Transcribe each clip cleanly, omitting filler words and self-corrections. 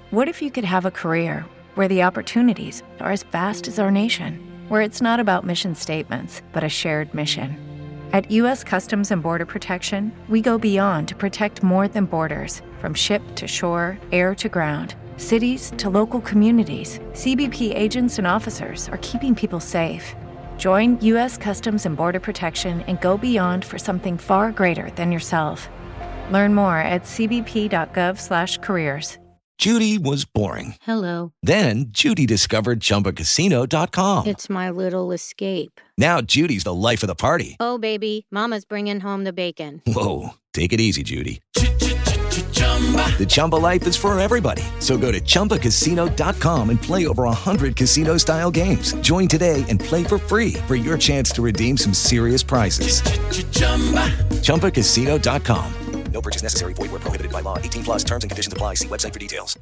What if you could have a career where the opportunities are as vast as our nation, where it's not about mission statements, but a shared mission? At U.S. Customs and Border Protection, we go beyond to protect more than borders. From ship to shore, air to ground, cities to local communities, CBP agents and officers are keeping people safe. Join U.S. Customs and Border Protection and go beyond for something far greater than yourself. Learn more at cbp.gov/careers. Judy was boring. Hello. Then Judy discovered ChumbaCasino.com. It's my little escape. Now Judy's the life of the party. Oh, baby, mama's bringing home the bacon. Whoa, take it easy, Judy. The Chumba life is for everybody. So go to ChumbaCasino.com and play over 100 casino-style games. Join today and play for free for your chance to redeem some serious prizes. ChumbaCasino.com. No purchase necessary. Void where prohibited by law. 18+ terms and conditions apply. See website for details.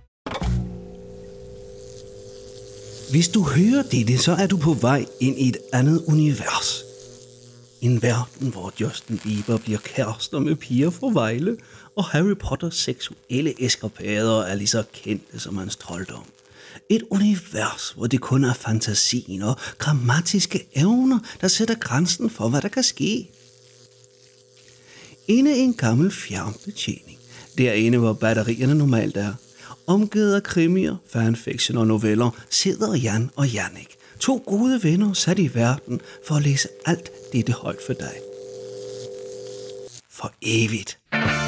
Hvis du hører dette, så er du på vej ind i et andet univers. En verden, hvor Justin Bieber bliver kærester med piger fra Vejle, og Harry Potters seksuelle eskapader er lige så kendte som hans trolddom. Et univers, hvor det kun er fantasien og grammatiske evner, der sætter grænsen for, hvad der kan ske. Inde i en gammel fjernbetjening, derinde hvor batterierne normalt er, omgivet af krimier, fanfiction og noveller, sidder Jan og Jannik. 2 gode venner sat i verden for at læse alt dette højt for dig. For evigt.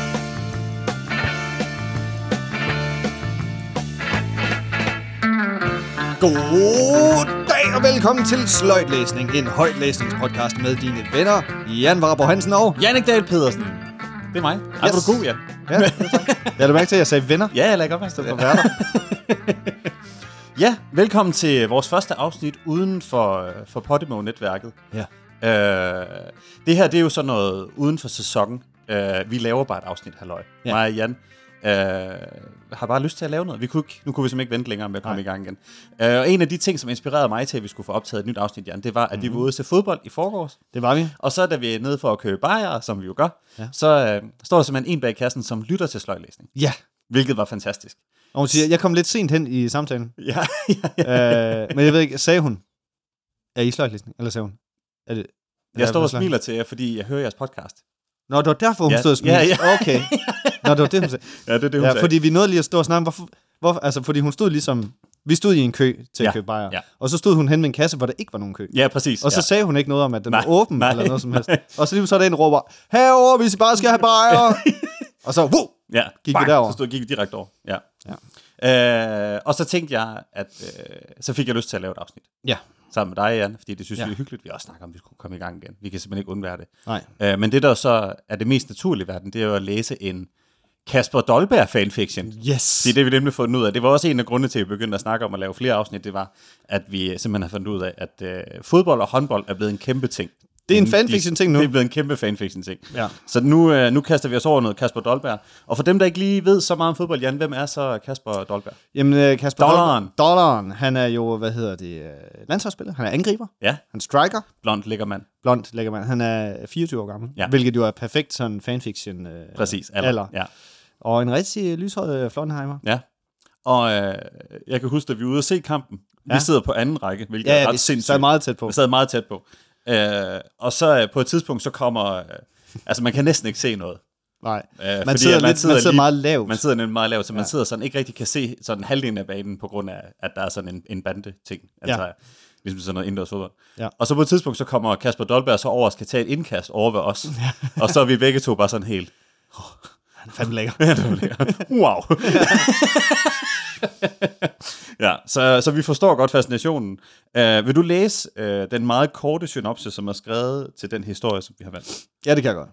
God dag og velkommen til Sløjtlæsning, en højtlæsningspodcast med dine venner, Jan Warburg Hansen og Jannik Dahl Pedersen. Det er mig. Ej, yes. Var du god, Jan? Ja, tak. Jeg du mærke til, at jeg sagde venner? Ja, jeg lægger godt mærke til at være der. Ja, velkommen til vores første afsnit uden for Podimo-netværket. Ja. Det her, det er jo sådan noget uden for sæsonen. Vi laver bare et afsnit, halløj. Ja. Mig og Jan har bare lyst til at lave noget. Nu kunne vi simpelthen ikke vente længere med at komme i gang igen. Og en af de ting, som inspirerede mig til, at vi skulle få optaget et nyt afsnit, Jan, det var, at vi var ude til fodbold i forgårs. Det var vi. Og så da vi er nede for at købe bajer, som vi jo gør, så står der simpelthen en bag kassen, som lytter til sløjtlæsning. Ja. Hvilket var fantastisk. Og hun siger, jeg kom lidt sent hen i samtalen. Ja. Men jeg ved ikke, sagde hun, er I sløjtlæsning? Eller sagde hun? Jeg står og smiler til jer, fordi jeg hører jeres podcast. Nå, det var derfor, hun stod og smilte. Ja. Okay. Nå, det var det, hun sagde. Ja, det er det, hun sagde. Fordi vi nåede lige at stå og snakke. Hvorfor? Altså, fordi hun stod ligesom... Vi stod i en kø til at købe bajer. Ja. Og så stod hun hen med en kasse, hvor der ikke var nogen kø. Ja, præcis. Og så sagde hun ikke noget om, at den var åben eller noget som helst. Og så lige så er der en råber, herovre, hvis I bare skal have bajer. Og så, gik vi derover. Så gik vi direkte over. Ja. Og så tænkte jeg, at så fik jeg lyst til at lave et afsnit. Ja. Sammen med dig, Jan, fordi det synes vi er hyggeligt. Vi også snakker om, at vi skulle komme i gang igen. Vi kan simpelthen ikke undvære det. Nej. Men det, der så er det mest naturlige i verden, det er jo at læse en Kasper Dolberg fanfiction. Yes. Det er det, vi nemlig har fundet ud af. Det var også en af grundene til, at vi begyndte at snakke om at lave flere afsnit. Det var, at vi simpelthen har fundet ud af, at fodbold og håndbold er blevet en kæmpe ting. Det er en fanfiction-ting nu. Det er blevet en kæmpe fanfiction-ting. Ja. Så nu kaster vi os over noget Kasper Dolberg. Og for dem, der ikke lige ved så meget om fodbold, Jan, hvem er så Kasper Dolberg? Jamen, Kasper Dollaren, han er jo, landsholdsspiller. Han er angriber. Ja. Han striker. Blond lækker mand. Han er 24 år gammel. Ja. Hvilket jo er perfekt sådan fanfiction præcis, alder. Ja. Og en rigtig lyshåret Flonheimer. Ja. Og jeg kan huske, at vi var ude og se kampen. Vi sidder på anden række, hvilket er ret sindssygt. sad meget tæt på. Vi sad meget tæt på. Og så på et tidspunkt, så kommer... altså, man kan næsten ikke se noget. Nej, man sidder meget lavt. Man sidder nemlig meget lavt, så man sidder sådan ikke rigtig kan se sådan halvdelen af banen, på grund af, at der er sådan en bande-ting. Altså, ligesom sådan noget indendørs fodbold. Ja. Og så på et tidspunkt, så kommer Kasper Dolberg så over og skal tage et indkast over ved os. Og så er vi begge to bare sådan helt... Han er fandme lækker. Ja, det var lækker. Wow. Ja, så vi forstår godt fascinationen. Vil du læse den meget korte synopsis, som er skrevet til den historie, som vi har valgt? Ja, det kan jeg godt.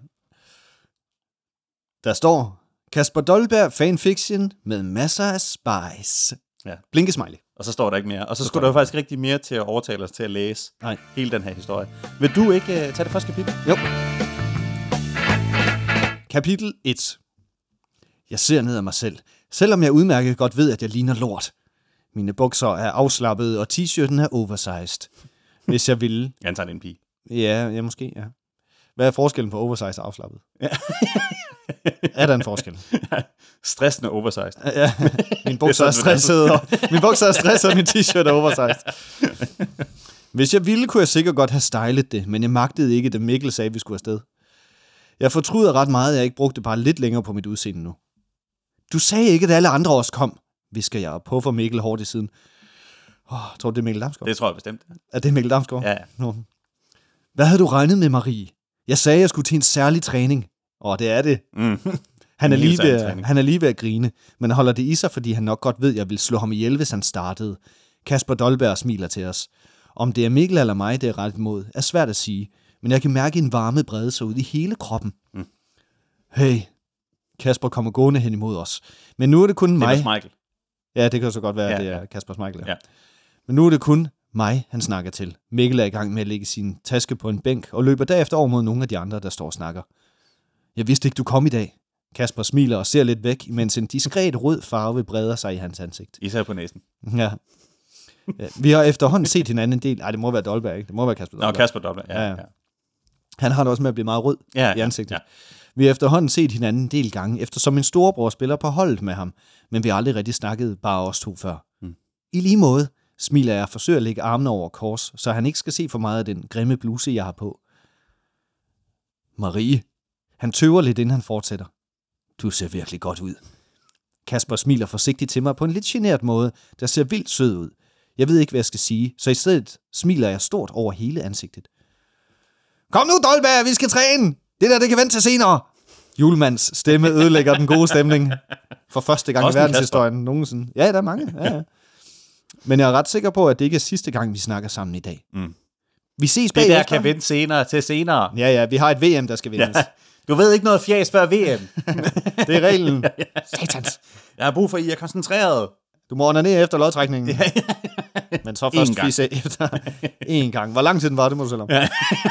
Der står, Kasper Dolberg fanfiction med masser af spice. Ja. Blinkesmiley. Og så står der ikke mere. Og så skulle der faktisk rigtig mere til at overtale os til at læse hele den her historie. Vil du ikke tage det første kapitel? Jo. Kapitel 1. Jeg ser ned ad mig selv, selvom jeg udmærket godt ved, at jeg ligner lort. Mine bukser er afslappede, og t-shirten er oversized. Hvis jeg ville. Jeg tager en pige. Ja, måske, ja. Hvad er forskellen på oversized og afslappet? Ja. Er der en forskel? Stressende oversized. Ja, min bukser er stresset, og min t-shirt er oversized. Hvis jeg ville, kunne jeg sikkert godt have stylet det, men jeg magtede ikke, da Mikkel sagde, at vi skulle afsted. Jeg fortryder ret meget, at jeg ikke brugte bare lidt længere på mit udseende nu. Du sagde ikke, at alle andre også kom, visker jeg på for Mikkel hårdt i siden. Tror du, det er Mikkel Damsgaard? Det tror jeg bestemt. Er det Mikkel Damsgaard? Ja. Nå. Hvad havde du regnet med, Marie? Jeg sagde, at jeg skulle til en særlig træning. Det er det. Han er lige ved at grine, men holder det i sig, fordi han nok godt ved, at jeg vil slå ham ihjel, hvis han startede. Kasper Dolberg smiler til os. Om det er Mikkel eller mig, det er ret imod, er svært at sige, men jeg kan mærke en varme brede sig ud i hele kroppen. Hey, Kasper kommer gående hen imod os. Men nu er det kun mig. Det er Michael. Ja, det kan så godt være, at det er Kaspers Michael. Ja. Men nu er det kun mig, han snakker til. Mikkel er i gang med at lægge sin taske på en bænk, og løber derefter over mod nogle af de andre, der står og snakker. Jeg vidste ikke, du kom i dag. Kasper smiler og ser lidt væk, mens en diskret rød farve breder sig i hans ansigt. Især på næsen. Ja. Vi har efterhånden set hinanden en del. Det må være Dolberg, ikke? Det må være Kasper Dolberg. Kasper Dolberg, ja. Han har det også med at blive meget rød i ansigtet. Ja. Vi har efterhånden set hinanden en del gange, eftersom min storebror spiller på holdet med ham, men vi har aldrig rigtig snakket bare os to før. I lige måde smiler jeg og forsøger at lægge armene over kors, så han ikke skal se for meget af den grimme bluse, jeg har på. Marie. Han tøver lidt, inden han fortsætter. Du ser virkelig godt ud. Kasper smiler forsigtigt til mig på en lidt genert måde, der ser vildt sød ud. Jeg ved ikke, hvad jeg skal sige, så i stedet smiler jeg stort over hele ansigtet. Kom nu, Dolberg, vi skal træne! Det kan vente til senere! Julemands stemme ødelægger den gode stemning. For første gang i verdenshistorien nogensinde. Ja, der er mange. Ja. Men jeg er ret sikker på, at det ikke er sidste gang, vi snakker sammen i dag. Vi ses bagefter. Det der kan vente senere. Ja, vi har et VM, der skal vindes. Ja. Du ved ikke noget fjas før VM. Det er reglen. Satans. Jeg har brug for, at I er koncentreret. Du må ned efter lodtrækningen. Men så først fisse efter en gang. Hvor lang tid den var, det må du selv om. Ja.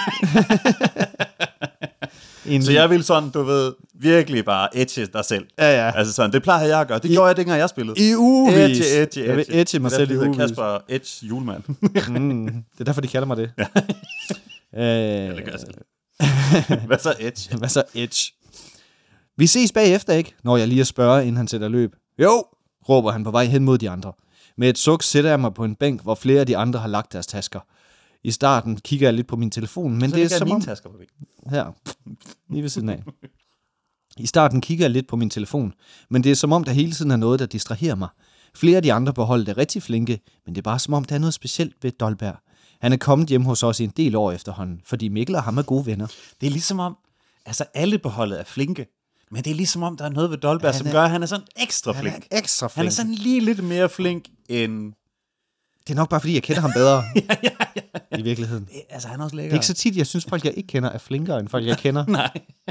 Så jeg vil sådan, du ved, virkelig bare edge dig selv. Ja. Altså sådan, det plejer jeg at gøre. Det gjorde jeg, dengang jeg spillede. I ugevis. Edge. Jeg vil edge mig selv i ugevis. Kasper Edge julemand. Det er derfor, de kalder mig det. Ja. Det gør jeg selv. Hvad så Edge? Vi ses bagefter, ikke? Når jeg lige at spørge, inden han sætter løb. Jo, råber han på vej hen mod de andre. Med et suk sætter jeg mig på en bænk, hvor flere af de andre har lagt deres tasker. I starten kigger jeg lidt på min telefon, men så det er som om... tasker på bænken. Her, lige ved siden af. I starten kigger jeg lidt på min telefon, men det er som om, der hele tiden er noget, der distraherer mig. Flere af de andre på holdet er rigtig flinke, men det er bare som om, der er noget specielt ved Dolberg. Han er kommet hjem hos os i en del år efterhånden, fordi Mikkel og ham er gode venner. Det er ligesom om, altså alle på holdet er flinke, men det er ligesom om, der er noget ved Dolberg, som gør, at han er sådan ekstra flink. Han er sådan lige lidt mere flink end... Det er nok bare, fordi jeg kender ham bedre i virkeligheden. Altså, han er også lækker. Det er ikke så tit, jeg synes, folk, jeg ikke kender, er flinkere, end folk, jeg kender. Nej.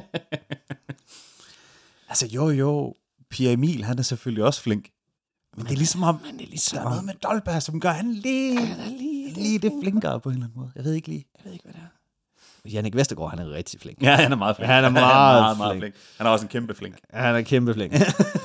Altså, jo. Pierre Emil, han er selvfølgelig også flink. Men det er ligesom om, der er noget med Dolberg, som gør han lige det flinkere på en eller anden måde. Jeg ved ikke, hvad det er. Jannik Vestergaard, han er rigtig flink. Ja, han er meget flink. Han er meget flink. Han er også en kæmpe flink. Han er kæmpe flink.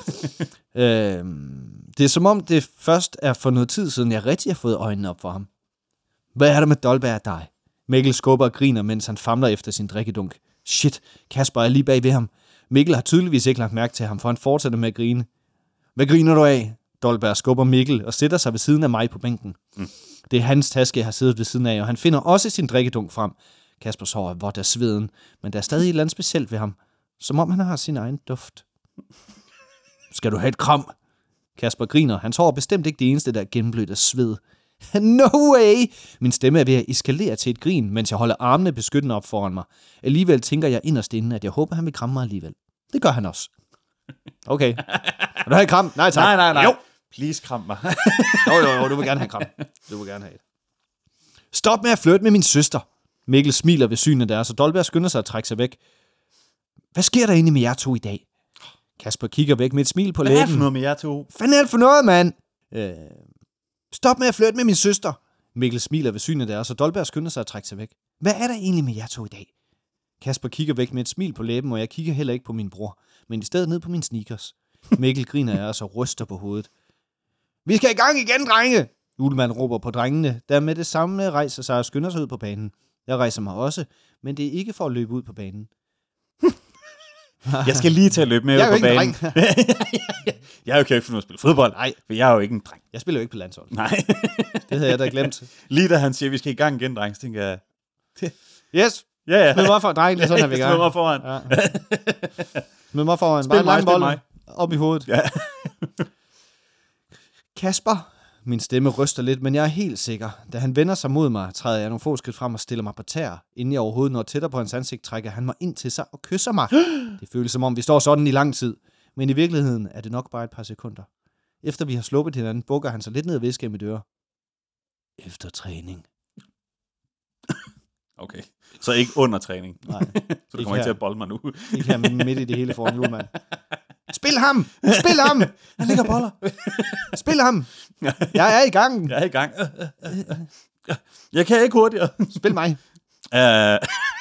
Det er som om, det først er for noget tid siden, jeg rigtig har fået øjnene op for ham. Hvad er der med Dolberg af dig? Mikkel skubber og griner, mens han famler efter sin drikkedunk. Shit, Kasper er lige bag ved ham. Mikkel har tydeligvis ikke lagt mærke til ham, for han fortsætter med at grine. Hvad griner du af? Dolberg skubber Mikkel og sætter sig ved siden af mig på bænken. Det er hans taske, jeg har siddet ved siden af, og han finder også sin drikkedunk frem. Kaspers hår er vådt af sveden, men der er stadig et eller andet specielt ved ham. Som om han har sin egen duft. Skal du have et kram? Kasper griner. Hans hår er bestemt ikke det eneste, der er gennemblødt af sved. No way! Min stemme er ved at eskalere til et grin, mens jeg holder armene beskyttende op foran mig. Alligevel tænker jeg inderst inde, at jeg håber, han vil kramme mig alligevel. Det gør han også. Okay. Vil du have et kram? Nej, tak. Nej. Jo. Please, kram mig. Jo, du vil gerne have et kram. Du vil gerne have et. Stop med at flirte med min søster. Mikkel smiler ved synet der, så Dolberg skynder sig at trække sig væk. Hvad sker der egentlig med jer to i dag? Kasper kigger væk med et smil på læben. Hvad er det for noget med jer to? Hvad er det for noget, mand? Stop med at flirte med min søster. Mikkel smiler ved synet der, så Dolberg skynder sig at trække sig væk. Hvad er der egentlig med jer to i dag? Kasper kigger væk med et smil på læben, og jeg kigger heller ikke på min bror, men i stedet ned på mine sneakers. Mikkel griner af os og ryster på hovedet. Vi skal i gang igen, drenge! Julemanden råber på drengene, der med det samme rejser sig og skynder sig ud på banen. Jeg rejser mig også, men det er ikke for at løbe ud på banen. Jeg skal lige til at løbe med Jeg er ud jo på ikke en banen. Jeg er jo ikke finde at spille fodbold. Nej. For jeg er jo ikke en dreng. Jeg spiller jo ikke på landshold. Nej. Det havde jeg da glemt. Lige da han siger, at vi skal i gang igen, dreng, så tænker jeg... Yes. Ja. Smid mig for dreng, sådan er vi i gang. Smid mig foran. Ja. Smid mig foran. Spil Bare en mig, lang spil bold mig. op i hovedet. Ja. Kasper. Min stemme ryster lidt, men jeg er helt sikker. Da han vender sig mod mig, træder jeg nogle få skridt frem og stiller mig på tæer. Inden jeg overhovedet når tættere på hans ansigt, trækker han mig ind til sig og kysser mig. Det føles som om, vi står sådan i lang tid. Men i virkeligheden er det nok bare et par sekunder. Efter vi har sluppet hinanden, bukker han sig lidt ned og visker i mit øre. Efter træning. Okay. Så ikke under træning. Nej. Så du kommer ikke til at bolde mig nu. Ikke her midt i det hele foran julemand. Spil ham! Spil ham! Han ligger boller. Spil ham! Jeg er i gang! Jeg er i gang. Jeg kan ikke hurtigere. Spil mig! Ja,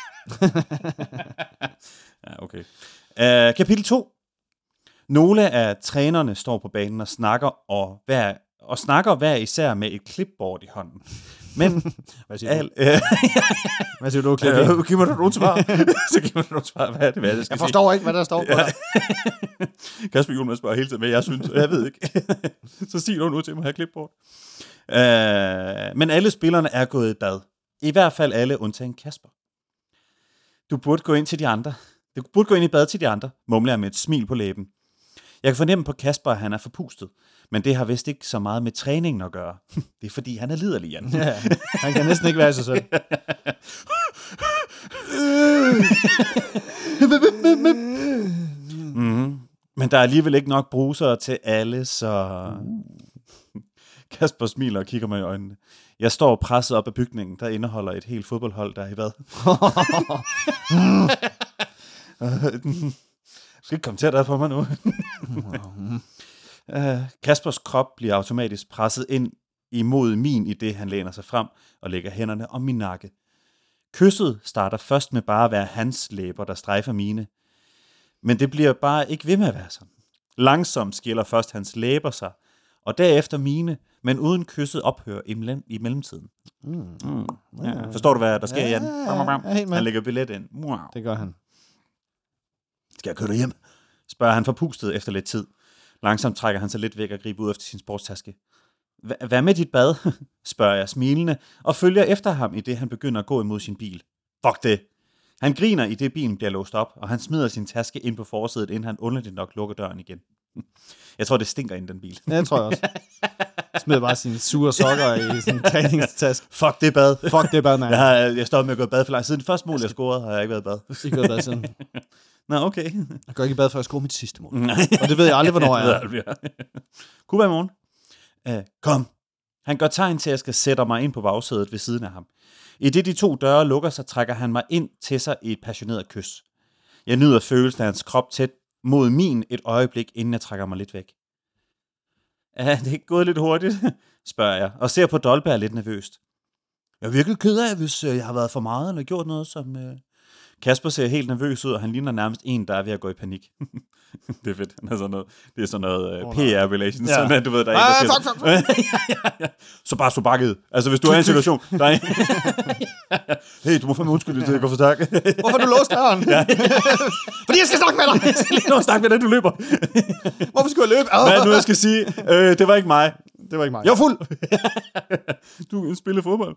okay. Kapitel 2. Nogle af trænerne står på banen og snakker hver især med et clipboard i hånden. Men hvad siger du? Hvad siger du, clipboard? Giv mig nogle svar. Så giv mig nogle svar. Hvad er det, jeg skal Jeg forstår ikke, hvad der står på dig. Kasper Julemand spørger hele tiden, hvad jeg synes. Jeg ved ikke. Så sig nu til mig, her clipboard. Men alle spillerne er gået i bad. I hvert fald alle, undtagen Kasper. Du burde gå ind til de andre. Du burde gå ind i bad til de andre, mumler jeg med et smil på læben. Jeg kan fornemme på Kasper, at han er forpustet. Men det har vist ikke så meget med træningen at gøre. Det er fordi, han er liderlig, Jan. Ja, han kan næsten ikke være sig selv. Mm-hmm. Men der er alligevel ikke nok brusere til alle, så... Kasper smiler og kigger mig i øjnene. Jeg står presset op af bygningen, der indeholder et helt fodboldhold, der er i hvad? Du skal ikke komme tæt på mig nu. Kaspers krop bliver automatisk presset ind imod min, i det han læner sig frem og lægger hænderne om min nakke. Kysset starter først med bare at være hans læber, der strejfer mine. Men det bliver bare ikke ved med at være sådan. Langsomt skiller først hans læber sig, og derefter mine, men uden kysset ophører i mellemtiden. Ja. Forstår du, hvad der sker, Jan? Han lægger billet ind. Det gør han. Skal jeg køre dig hjem? Spørger han forpustet efter lidt tid. Langsomt trækker han sig lidt væk og griber ud efter sin sportstaske. Hvad med dit bad? Spørger jeg smilende, og følger efter ham, i det han begynder at gå imod sin bil. Fuck det! Han griner, i det bilen bliver låst op, og han smider sin taske ind på forsædet, inden han underligt nok lukker døren igen. Jeg tror, det stinker ind den bil. Ja, det tror jeg også. Smider bare sine sure sokker i sin træningstaske. Fuck det bad. Fuck det bad, mand. Jeg stoppede med at gå i bad for langt. Siden første mål, jeg scorede, har jeg ikke været i bad. Ikke været i bad siden. Nå, okay. Jeg går ikke i bad, før jeg scorer mit sidste mål. Og det ved jeg aldrig, hvornår jeg er. Kunne være i morgen. Kom. Han gør tegn til, at jeg skal sætte mig ind på bagsædet ved siden af ham. I det de to døre lukker sig, trækker han mig ind til sig i et passioneret kys. Jeg nyder følelsen af hans krop tæt mod min et øjeblik, inden jeg trækker mig lidt væk. Er det ikke gået lidt hurtigt? Spørger jeg, og ser på Dolberg lidt nervøst. Jeg er virkelig ked af, hvis jeg har været for meget eller gjort noget, som... Kasper ser helt nervøs ud, og han ligner nærmest en, der er ved at gå i panik. Det er fedt. Det er sådan noget PR-relations. Ja. Sådan, du ved, der er en, der siger... Så bare stå bakket. Altså, hvis du er i en situation... Der er hey, du må fandme undskylde, hvis det går for stærkt. Hvorfor har du låst døren? Ja. Fordi jeg skal snakke med dig. Jeg skal lige nå snakke med dig, du løber. Hvorfor skulle jeg løbe? Hvad nu, jeg skal sige? Det var ikke mig. Det var ikke mig. Jeg var fuld. Du spiller fodbold.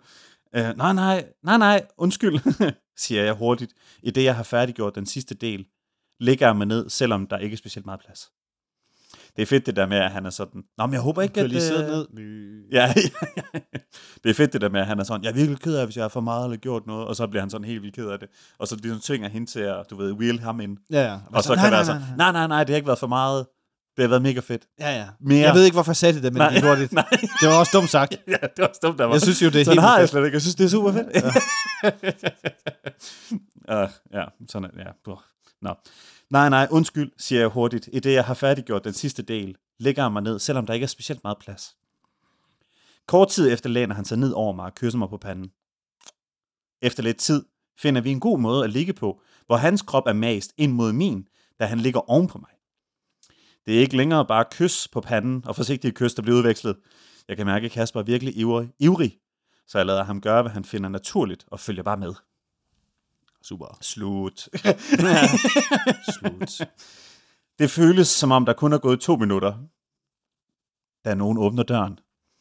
Nej, undskyld, siger jeg hurtigt. I det, jeg har færdiggjort den sidste del, ligger jeg mig ned, selvom der ikke er specielt meget plads. Det er fedt det der med, at han er sådan, nå, men jeg håber ikke, at... lige sidde ned. Ja. Det er fedt det der med, at han er sådan, jeg er virkelig ked af, hvis jeg har for meget eller gjort noget, og så bliver han sådan helt vildt ked af det. Og så ligesom tvinger hende til at, du ved, wheel ham ind. Ja. Og så kan det være sådan, nej, det har ikke været for meget. Det har været mega fedt. Ja. Mere. Jeg ved ikke, hvorfor jeg sagde det, men det var det. Det var også dumt sagt. Ja, det var også dumt, der var. Jeg synes jo, det er sådan helt har jeg fedt. slet ikke. Jeg synes, det er super fedt. Ja, sådan er det. Nå. Nej, undskyld, siger jeg hurtigt. I det, jeg har færdiggjort den sidste del, lægger jeg mig ned, selvom der ikke er specielt meget plads. Kort tid efter læner han sig ned over mig og kysser mig på panden. Efter lidt tid finder vi en god måde at ligge på, hvor hans krop er mast ind mod min, da han ligger oven på mig. Det er ikke længere bare kys på panden og forsigtige kys, der bliver udvekslet. Jeg kan mærke, at Kasper er virkelig ivrig, så jeg lader ham gøre, hvad han finder naturligt, og følger bare med. Super. Slut. Slut. Det føles, som om der kun er gået 2 minutter, da nogen åbner døren.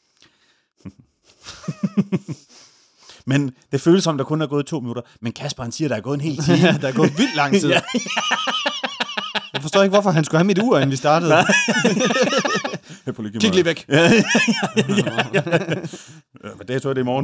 Men det føles som, der kun er gået 2 minutter. Men Kasper, han siger, der er gået en hel time. Ja, der er gået vildt lang tid. Ja. Jeg forstår ikke, hvorfor han skulle have mit ur, inden vi startede. Kig lige væk. Ja. Men det tror jeg, det er i morgen.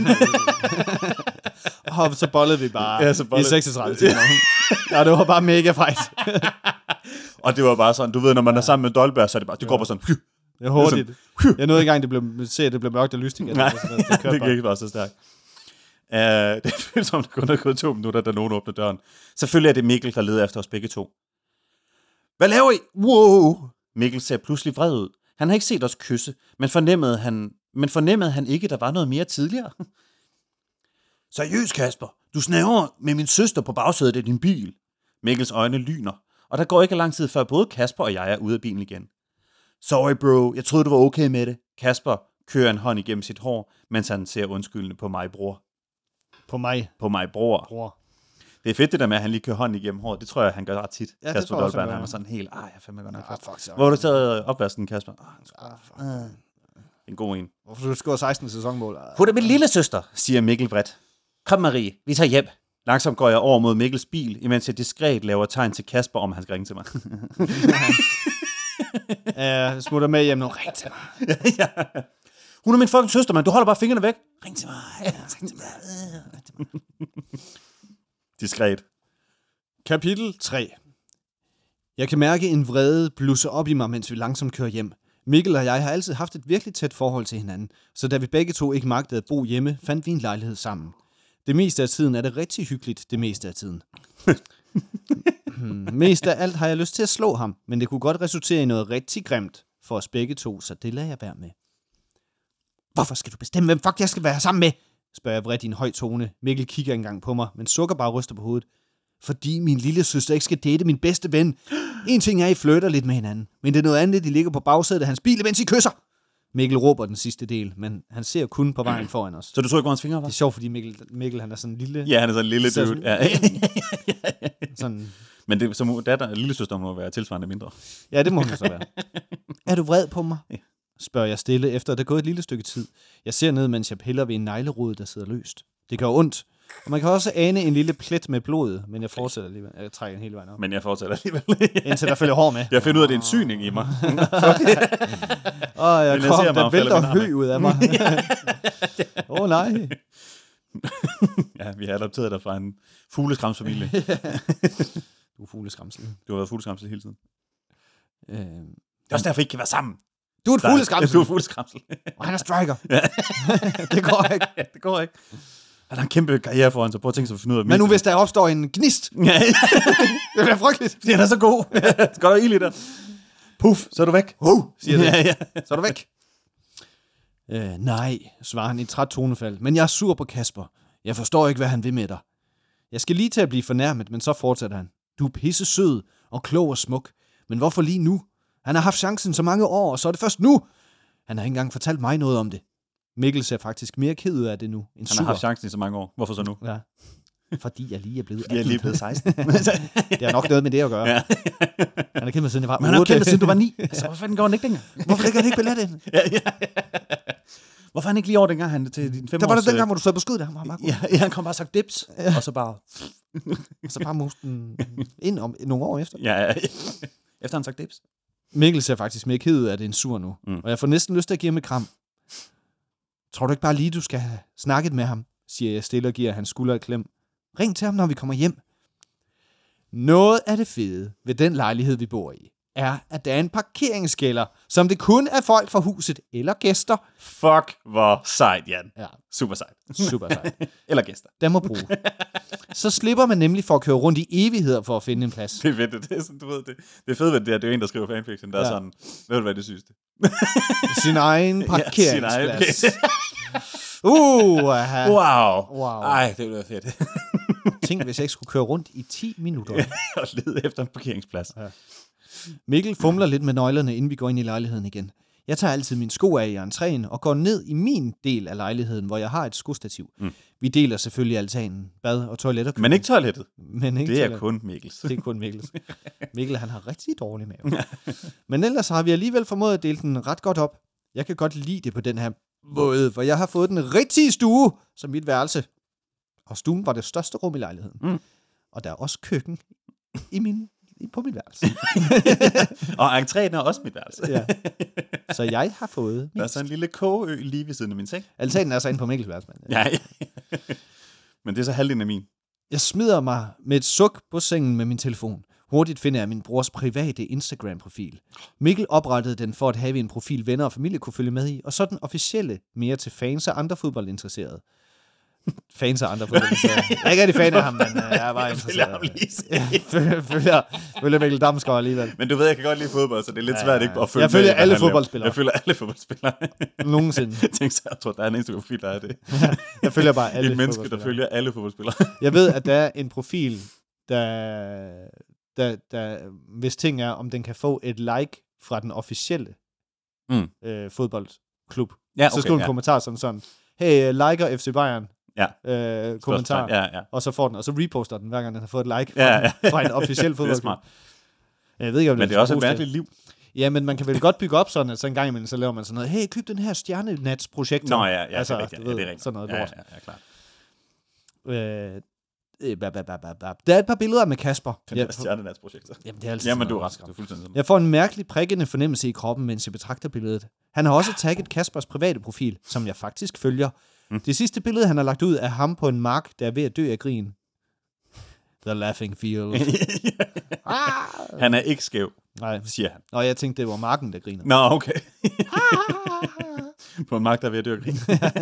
Og så bollede vi bare i 36 timer. Ja, det var bare mega fejt. Og det var bare sådan, du ved, når man er sammen med Dolberg, så er det bare, det går bare sådan. Det er hurtigt. Jeg nåede ikke engang, det blev mørkt og lyst igen. Nej, det gik bare så stærkt. Det føles som, det kun er gået 2 minutter, da nogen åbner døren. Selvfølgelig er det Mikkel, der leder efter os begge to. Hvad laver I? Wow! Mikkel ser pludselig vred ud. Han har ikke set os kysse, men fornemmede han ikke, der var noget mere tidligere? Seriøst, Kasper. Du snæver med min søster på bagsædet af din bil. Mikkels øjne lyner, og der går ikke lang tid før både Kasper og jeg er ude af bilen igen. Sorry, bro. Jeg troede, du var okay med det. Kasper kører en hånd igennem sit hår, mens han ser undskyldende på mig, bror. På mig, bror. Det er fedt det der med, at han lige kører hånden igennem håret. Det tror jeg, han gør ret tit. Ja, Kasper Dolberg, han er sådan helt, jeg fandme godt nok. Hvor har du taget opvasken, Kasper? En god en. Hvorfor du scorer 16 sæsonmål? Hun er min lille søster, siger Mikkel vredt. Kom, Marie, vi tager hjem. Langsomt går jeg over mod Mikkels bil, imens jeg diskret laver tegn til Kasper, om han skal ringe til mig. Smutter med hjem nu. Ring til mig. Ja. Hun er min fucking søster, man. Du holder bare fingrene væk. Ring til mig. Diskret. Kapitel 3. Jeg kan mærke en vrede blusse op i mig, mens vi langsomt kører hjem. Mikkel og jeg har altid haft et virkelig tæt forhold til hinanden, så da vi begge to ikke magtede at bo hjemme, fandt vi en lejlighed sammen. Det meste af tiden er det rigtig hyggeligt, det meste af tiden. Mest af alt har jeg lyst til at slå ham, men det kunne godt resultere i noget rigtig grimt for os begge to, så det lader jeg være med. Hvorfor skal du bestemme, hvem fuck jeg skal være sammen med? Spørger jeg vredt i en høj tone. Mikkel kigger engang på mig, men sukker bare ryster på hovedet. Fordi min lille søster ikke skal date min bedste ven. En ting er, I flytter lidt med hinanden, men det er noget andet, de ligger på bagsædet af hans bil, mens I kysser. Mikkel råber den sidste del, men han ser kun på vejen foran os. Så du så ikke, hvor hans fingre var? Det er sjovt, fordi Mikkel han er sådan en lille... Ja, han er sådan en lille dude. Ja. Sådan... Men det, som datter, lille søster må være tilsvarende mindre. Ja, det må hun så være. Er du vred på mig? Ja. Spørger jeg stille, efter at der er gået et lille stykke tid. Jeg ser ned, mens jeg piller ved en neglerod, der sidder løst. Det gør ondt. Og man kan også ane en lille plet med blodet, men jeg fortsætter alligevel. Jeg trækker en hele vejen op. Men jeg fortsætter alligevel. Indtil der følger hår med. Jeg finder ud af, at det er en syning i mig. Jeg kom, der vælter hø ud af mig. Nej. Ja, vi har adopteret dig fra en fugleskramsfamilie. Du er fugleskramsel. Du har været fugleskramsel hele tiden. Det er også derfor, I ikke kan være sammen. Du er et fugleskramsel. Du er fugleskramsel. Og han er striker. Ja. Det går ikke. Ja, det går ikke. Han har en kæmpe karriere foran sig. Prøv at tænke sig at finde ud af. Men nu hvis der opstår en gnist. Ja. Det bliver frygteligt. Det er så god. Skal der ild i der? Puff, så er du væk. Siger det. Ja. Så er du væk. Nej, svarer han i et træt tonefald. Men jeg er sur på Kasper. Jeg forstår ikke, hvad han vil med dig. Jeg skal lige til at blive fornærmet, men så fortsætter han. Du er pisse sød og klog og smuk. Men hvorfor lige nu? Han har haft chancen så mange år, og så er det først nu. Han har ikke engang fortalt mig noget om det. Mikkel ser faktisk mere ked ud af det nu. Han har haft chancen i så mange år. Hvorfor så nu? Ja. Fordi jeg lige er blevet 18. Jeg er lige blevet 16. Det har nok noget med det at gøre. Ja. Han har kendt siden jeg var 8. Men han har kendt siden du var 9. Altså, hvorfor fanden går han ikke dengang? Hvorfor ligger han ikke billet ind? Hvorfor han ikke lige over dengang han til din 5 år? Der var det dengang, hvor du sad på skød der. Han var bare ja, han kom bare og sagt dips. Ja. Og så bare... og så bare moste den ind om nogle år efter. Ja. Efter han sagt dips. Mikkel ser faktisk mere ked ud af, at det er en sur nu. Og jeg får næsten lyst til at give ham et kram. Tror du ikke bare lige, du skal have snakket med ham? Siger jeg stille og giver hans skulder et klem. Ring til ham, når vi kommer hjem. Noget af det fede ved den lejlighed, vi bor i, er, at der er en parkeringskælder, som det kun er folk fra huset eller gæster. Fuck, hvor sejt, Jan. Ja. Super sejt. Super sejt. Eller gæster. Der må bruge. Så slipper man nemlig for at køre rundt i evigheder for at finde en plads. Det er fedt. Det er sådan, du ved, det er fedt ved det, det er jo en, der skriver fanfiction, der er sådan, ved du hvad det sygeste? Sin egen parkeringsplads. Wow. Wow. Ej, det ville være fedt. Tænk, hvis jeg ikke skulle køre rundt i 10 minutter. Og lede efter en parkeringsplads. Ja. Mikkel fumler lidt med nøglerne, inden vi går ind i lejligheden igen. Jeg tager altid mine sko af i entréen og går ned i min del af lejligheden, hvor jeg har et skostativ. Vi deler selvfølgelig altanen, bad og toilet og køkken. Men ikke toilettet. Men ikke det er toilet. kun Mikkels. Det er kun Mikkels. Mikkel, han har rigtig dårlig mave. Men ellers har vi alligevel formået at dele den ret godt op. Jeg kan godt lide det på den her måde, for jeg har fået den rigtige stue som mit værelse. Og stuen var det største rum i lejligheden. Og der er også køkken på mit værelse. Og entréen er også mit værelse. Ja. Så jeg har fået... Der er så en lille kogeø lige ved siden af min seng. Altanen er så inde på Mikkels værelse. Ja. Men det er så halvdelen af min. Jeg smider mig med et suk på sengen med min telefon. Hurtigt finder jeg min brors private Instagram-profil. Mikkel oprettede den for at have en profil, venner og familie kunne følge med i, og så den officielle mere til fans og andre fodboldinteresserede. Fans og andre fodboldinteresserede. Jeg er ikke rigtig fan af ham, men jeg er bare interesseret. Følger Mikkel Damsgaard alligevel. Men du ved, jeg kan godt lide fodbold, så det er lidt svært ikke at følge. Jeg følger alle fodboldspillere. Jeg følger alle fodboldspillere. Nogensinde. Tænk så, jeg tror, der er en Instagram-profil, der er det. Jeg følger bare alle et menneske, der følger alle fodboldspillere. Jeg ved, at der er en profil, der hvis ting er, om den kan få et like fra den officielle fodboldklub. Ja, så skriver en kommentar sådan, hey, liker FC Bayern. Ja. Kommentar. Ja. Og så får den, og så reposter den, hver gang den har fået et like fra en officiel fodboldklub. Det er smart. Jeg ved ikke, om men det er også et mærkeligt liv. Ja, men man kan vel godt bygge op sådan, at så en gang imellem, så laver man sådan noget, hey, køb den her stjernenats-projekt. Nå ja, altså, det er rigtigt. Ved, det er rigtigt. Sådan noget lort. Ja, klart. Der er et par billeder med Kasper. Den der stjernenats-projekt. Jamen, det er altid jamen, du er ret. Du er fuldstændig sådan. Jeg får en mærkelig prikkende fornemmelse i kroppen, mens jeg betragter billedet. Han har også tagget Kaspers private profil, som jeg faktisk følger. Det sidste billede, han har lagt ud, er ham på en mark, der er ved at dø af grin. The laughing field. Han er ikke skæv, nej, siger han. Og jeg tænkte, det var marken, der griner. Nå, okay. På en mark, der er ved at dø af grin.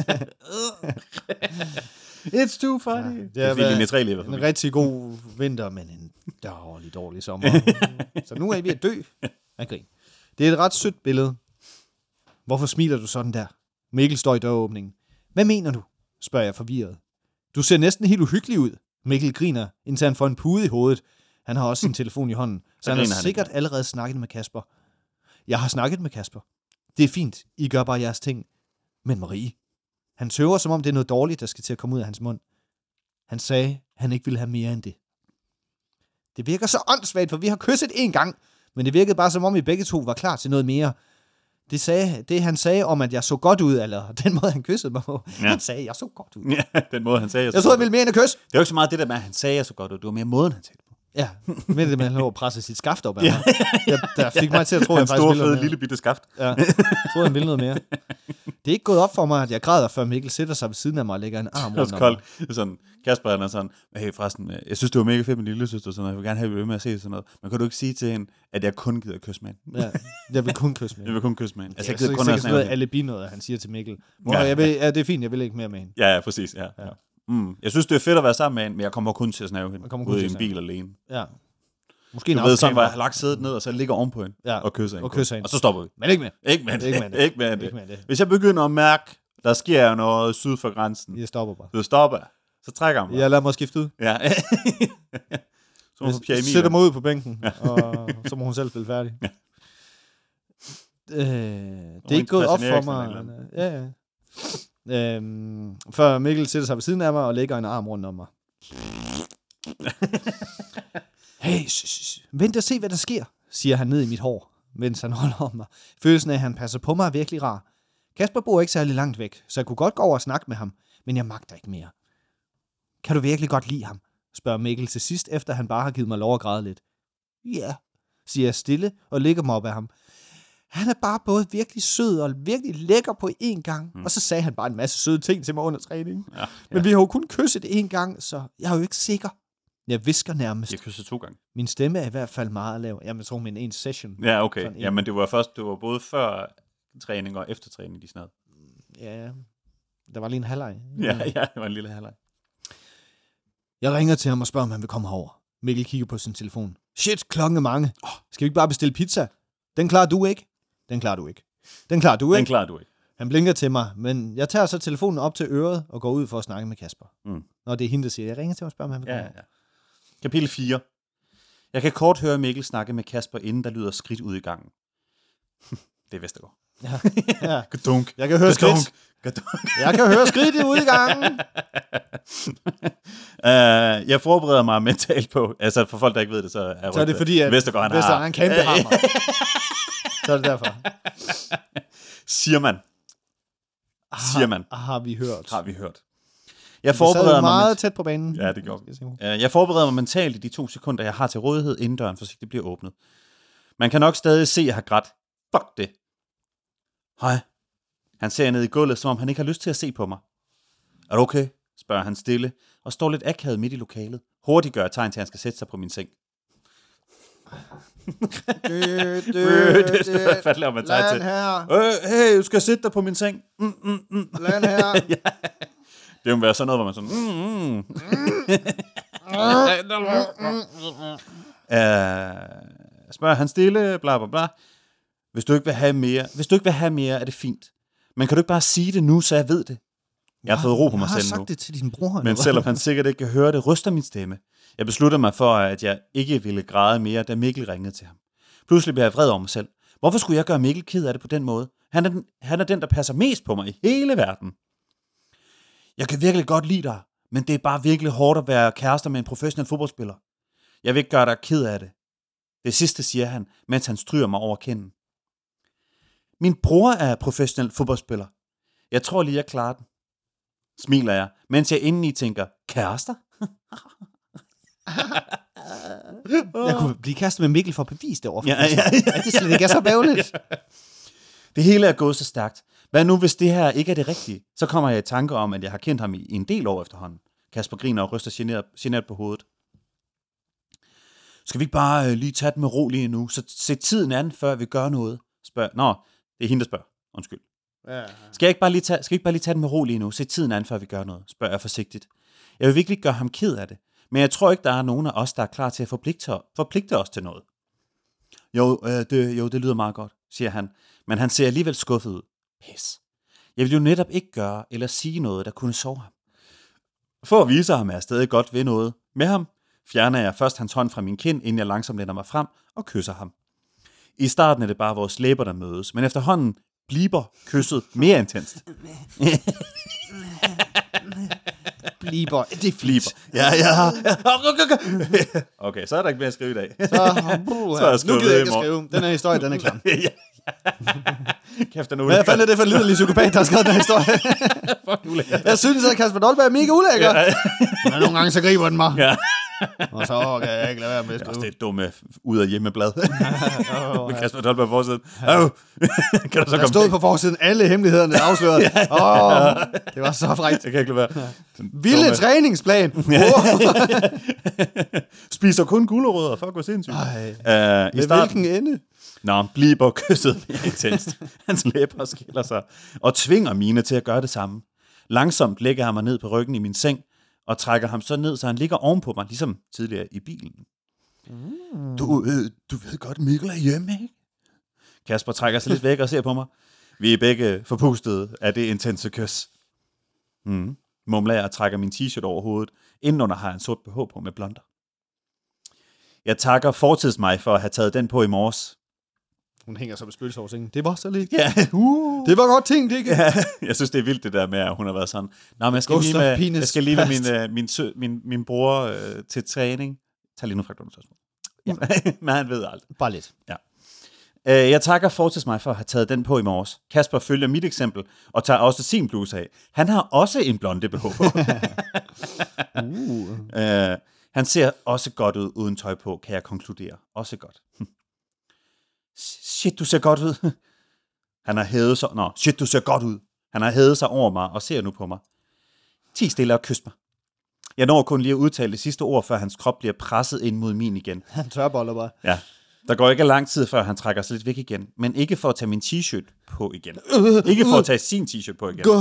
It's too funny. Ja, det er fordi, en rigtig god vinter, men en dårlig sommer. Så nu er I ved at dø af grin. Det er et ret sødt billede. Hvorfor smiler du sådan der? Mikkel står i døråbningen. Hvad mener du? Spørger jeg forvirret. Du ser næsten helt uhyggelig ud. Mikkel griner, indtil han får en pude i hovedet. Han har også sin telefon i hånden, så han har sikkert allerede snakket med Kasper. Jeg har snakket med Kasper. Det er fint. I gør bare jeres ting. Men Marie... Han tøver, som om det er noget dårligt, der skal til at komme ud af hans mund. Han sagde, han ikke ville have mere end det. Det virker så åndssvagt, for vi har kysset en gang, men det virkede bare, som om vi begge to var klar til noget mere. Det han sagde om, at jeg så godt ud, eller den måde, han kyssede mig på. Ja. Han sagde, jeg så godt ud. Ja, den måde, han sagde, jeg så han ville mere end at kysse. Det er jo ikke så meget det der med, at han sagde, jeg så godt ud. Det var mere måden, han sagde det på. Ja, med det med, at han lå og presse sit skaft op af mig. Der fik mig til at tro, at jeg faktisk ville noget mere. En stor, fed, lille bitte skaft. Ja, jeg troede, han ville noget mere. Det er ikke gået op for mig, at jeg græder, før Mikkel sætter sig ved siden af mig og lægger en arm rundt om mig. Det er sådan, Kasper er sådan, hey forresten, jeg synes, det var mega fedt med lille søster, sådan noget. Jeg vil gerne have det med at se sådan noget. Men kan du ikke sige til hende, at jeg kun gider kysse med hende? Ja, jeg vil kun kysse med hende. Jeg vil kun kysse med hende. Altså, jeg gider kun have sådan noget alibi noget, han siger til Mikkel. Det er fint, jeg vil ikke mere med hende. Ja, præcis, ja. Jeg synes, det er fedt at være sammen med hende, men jeg kommer kun til at snave hende. Ude i en bil alene. Ja. Måske du ved sådan, hvor jeg har lagt sædet ned, og så ligger ovenpå hende og kysser hende. Og så stopper vi. Men ikke mere. Ikke mere det. Hvis jeg begynder at mærke, der sker noget syd for grænsen. Jeg stopper bare. Så stopper jeg. Så trækker jeg mig. Jeg lader mig skifte ud. Ja. Så sætter mig ud på bænken, og så må hun selv spille færdig. Ja. Det er ikke gået op for mig. Ja. Før Mikkel sætter sig ved siden af mig og lægger en arm rundt om mig. Hey, vent og se, hvad der sker, siger han ned i mit hår, mens han holder om mig. Følelsen af, at han passer på mig, er virkelig rar. Kasper bor ikke særlig langt væk, så jeg kunne godt gå over og snakke med ham, men jeg magter ikke mere. Kan du virkelig godt lide ham? Spørger Mikkel til sidst, efter han bare har givet mig lov at græde lidt. Ja, siger jeg stille og ligger mig op af ham. Han er bare både virkelig sød og virkelig lækker på én gang, og så sagde han bare en masse søde ting til mig under træningen. Ja. Men vi har jo kun kysset én gang, så jeg er jo ikke sikker. Jeg visker nærmest. Jeg kysset 2 gange. Min stemme er i hvert fald meget lav. Jeg tror, min en session. Ja, okay. Jamen, det var både før træning og efter træning, de snad. Ja, der var lige en halvleg. Ja, det var en lille halvleg. Jeg ringer til ham og spørger, om han vil komme herover. Mikkel kigger på sin telefon. Shit, klokken er mange. Skal vi ikke bare bestille pizza? Den klarer du ikke. Den klarer du ikke. Han blinker til mig, men jeg tager så telefonen op til øret og går ud for at snakke med Kasper. Når det er hende, der siger, jeg ringer til ham og spørger, om han vil komme. Ja. Kapitel 4. Jeg kan kort høre Mikkel snakke med Kasper, inden der lyder skridt ud i gangen. Det er Vestergaard. Ja. Gadunk. Jeg kan høre skridt. Jeg kan høre skridt i udgangen. Jeg forbereder mig mentalt på, altså for folk, der ikke ved det, så er det fordi, at Vestergaard har en kæmpe hammer. Så er det derfor. Siger man. Har vi hørt. Jeg forbereder mig meget tæt på banen. Ja, det gjorde jeg forbereder mig mentalt i de 2 sekunder, jeg har til rådighed, inden døren forsigtigt bliver åbnet. Man kan nok stadig se, at jeg har grædt. Fuck det. Hej. Han ser ned i gulvet, som om han ikke har lyst til at se på mig. Er du okay? Spørger han stille, og står lidt akavet midt i lokalet. Hurtigt gør jeg tegn til, at han skal sætte sig på min seng. Det er fattigt, om man tager til. Hey, du skal sætte dig på min seng. Land her. Ja. Det må være sådan noget, hvor man sådan... Spørger han stille, bla bla bla. Hvis du ikke vil have mere, er det fint. Men kan du ikke bare sige det nu, så jeg ved det? Jeg har fået ro på mig selv nu. Jeg har sagt det til din bror. Men selvom han sikkert ikke kan høre det, ryster min stemme. Jeg beslutter mig for, at jeg ikke ville græde mere, da Mikkel ringede til ham. Pludselig bliver jeg vred over mig selv. Hvorfor skulle jeg gøre Mikkel ked af det på den måde? Han er den, der passer mest på mig i hele verden. Jeg kan virkelig godt lide dig, men det er bare virkelig hårdt at være kærester med en professionel fodboldspiller. Jeg vil ikke gøre dig ked af det. Det sidste siger han, mens han stryger mig over kinden. Min bror er professionel fodboldspiller. Jeg tror lige, jeg klarer den. Smiler jeg, mens jeg indeni tænker, kærester? Jeg kunne blive kærester med Mikkel for at bevise det overfor. Ja. Det slet ikke er så bævligt. Det hele er gået så stærkt. Hvad nu, hvis det her ikke er det rigtige? Så kommer jeg i tanke om, at jeg har kendt ham i en del år efterhånden. Kasper griner og ryster genert på hovedet. Skal vi ikke bare lige tage den med ro lige nu? Så se tiden an, før vi gør noget? Nå, det er hende, der spørger. Undskyld. Ja. Skal vi ikke bare lige tage den med ro lige nu? Se tiden an, før vi gør noget? Spørger jeg forsigtigt. Jeg vil virkelig gøre ham ked af det. Men jeg tror ikke, der er nogen af os, der er klar til at forpligte os til noget. Det lyder meget godt, siger han. Men han ser alligevel skuffet ud. Pis. Jeg vil jo netop ikke gøre eller sige noget, der kunne sove ham. For at vise ham, at jeg stadig godt ved noget med ham, fjerner jeg først hans hånd fra min kind, inden jeg langsomt lænder mig frem og kysser ham. I starten er det bare vores læber, der mødes, men efterhånden bliver kysset mere intenst. Bliver. Det er fint. Ja. Okay, så er der ikke mere at skrive i dag. Så er jeg nu gider jeg ikke at skrive. Den her historie, den er klam. Kæft, den er hvad fanden er det for en lille psykopat, der har skrevet den her historie? Jeg synes, at Kasper Dolberg er mega ulækker. Men nogle gange så griber den mig. Ja. Og så kan jeg ikke lade være med at skrive. Det er dumme ud af hjemmeblad. Med Kasper Dolberg på forsiden. Kan der stod på forsiden alle hemmelighederne afsløret. Det var så frækt. Det kan ikke lade være. Vilde træningsplan. Spiser kun gulerødder for at gå sindssygt. I hvilken ende? Nå, bliver kysset mere intenst. Hans læber skiller sig og tvinger mine til at gøre det samme. Langsomt lægger han mig ned på ryggen i min seng og trækker ham så ned, så han ligger ovenpå mig, ligesom tidligere i bilen. Du ved godt, Mikkel er hjemme, ikke? Kasper trækker sig lidt væk og ser på mig. Vi er begge forpustede af det intense kys. Mumler jeg og trækker min t-shirt over hovedet. Indenunder har jeg en sort BH på med blonder. Jeg takker fortids mig for at have taget den på i morges. Hun hænger så med spøgelse over sengen. Det var så lidt. Ja. Det var godt ting, det ikke? Ja, jeg synes, det er vildt det der med, at hun har været sådan. Nå, men jeg skal lige med min bror til træning. Tag lige nu fra spørgsmål. Ja. Men han ved alt. Bare lidt. Ja. Jeg takker fortids mig for at have taget den på i morges. Kasper følger mit eksempel og tager også sin bluse af. Han har også en blonde BH på. Han ser også godt ud uden tøj på, kan jeg konkludere. Også godt. Shit, du ser godt ud. Han har hævet sig. Shit, du ser godt ud. Han har hævet sig over mig og ser nu på mig. Ti stille og kys mig. Jeg når kun lige at udtale det sidste ord, før hans krop bliver presset ind mod min igen. Han tørboller bare. Ja. Der går ikke lang tid, før han trækker sig lidt væk igen. Men ikke for at tage min t-shirt på igen. Ikke for at tage sin t-shirt på igen.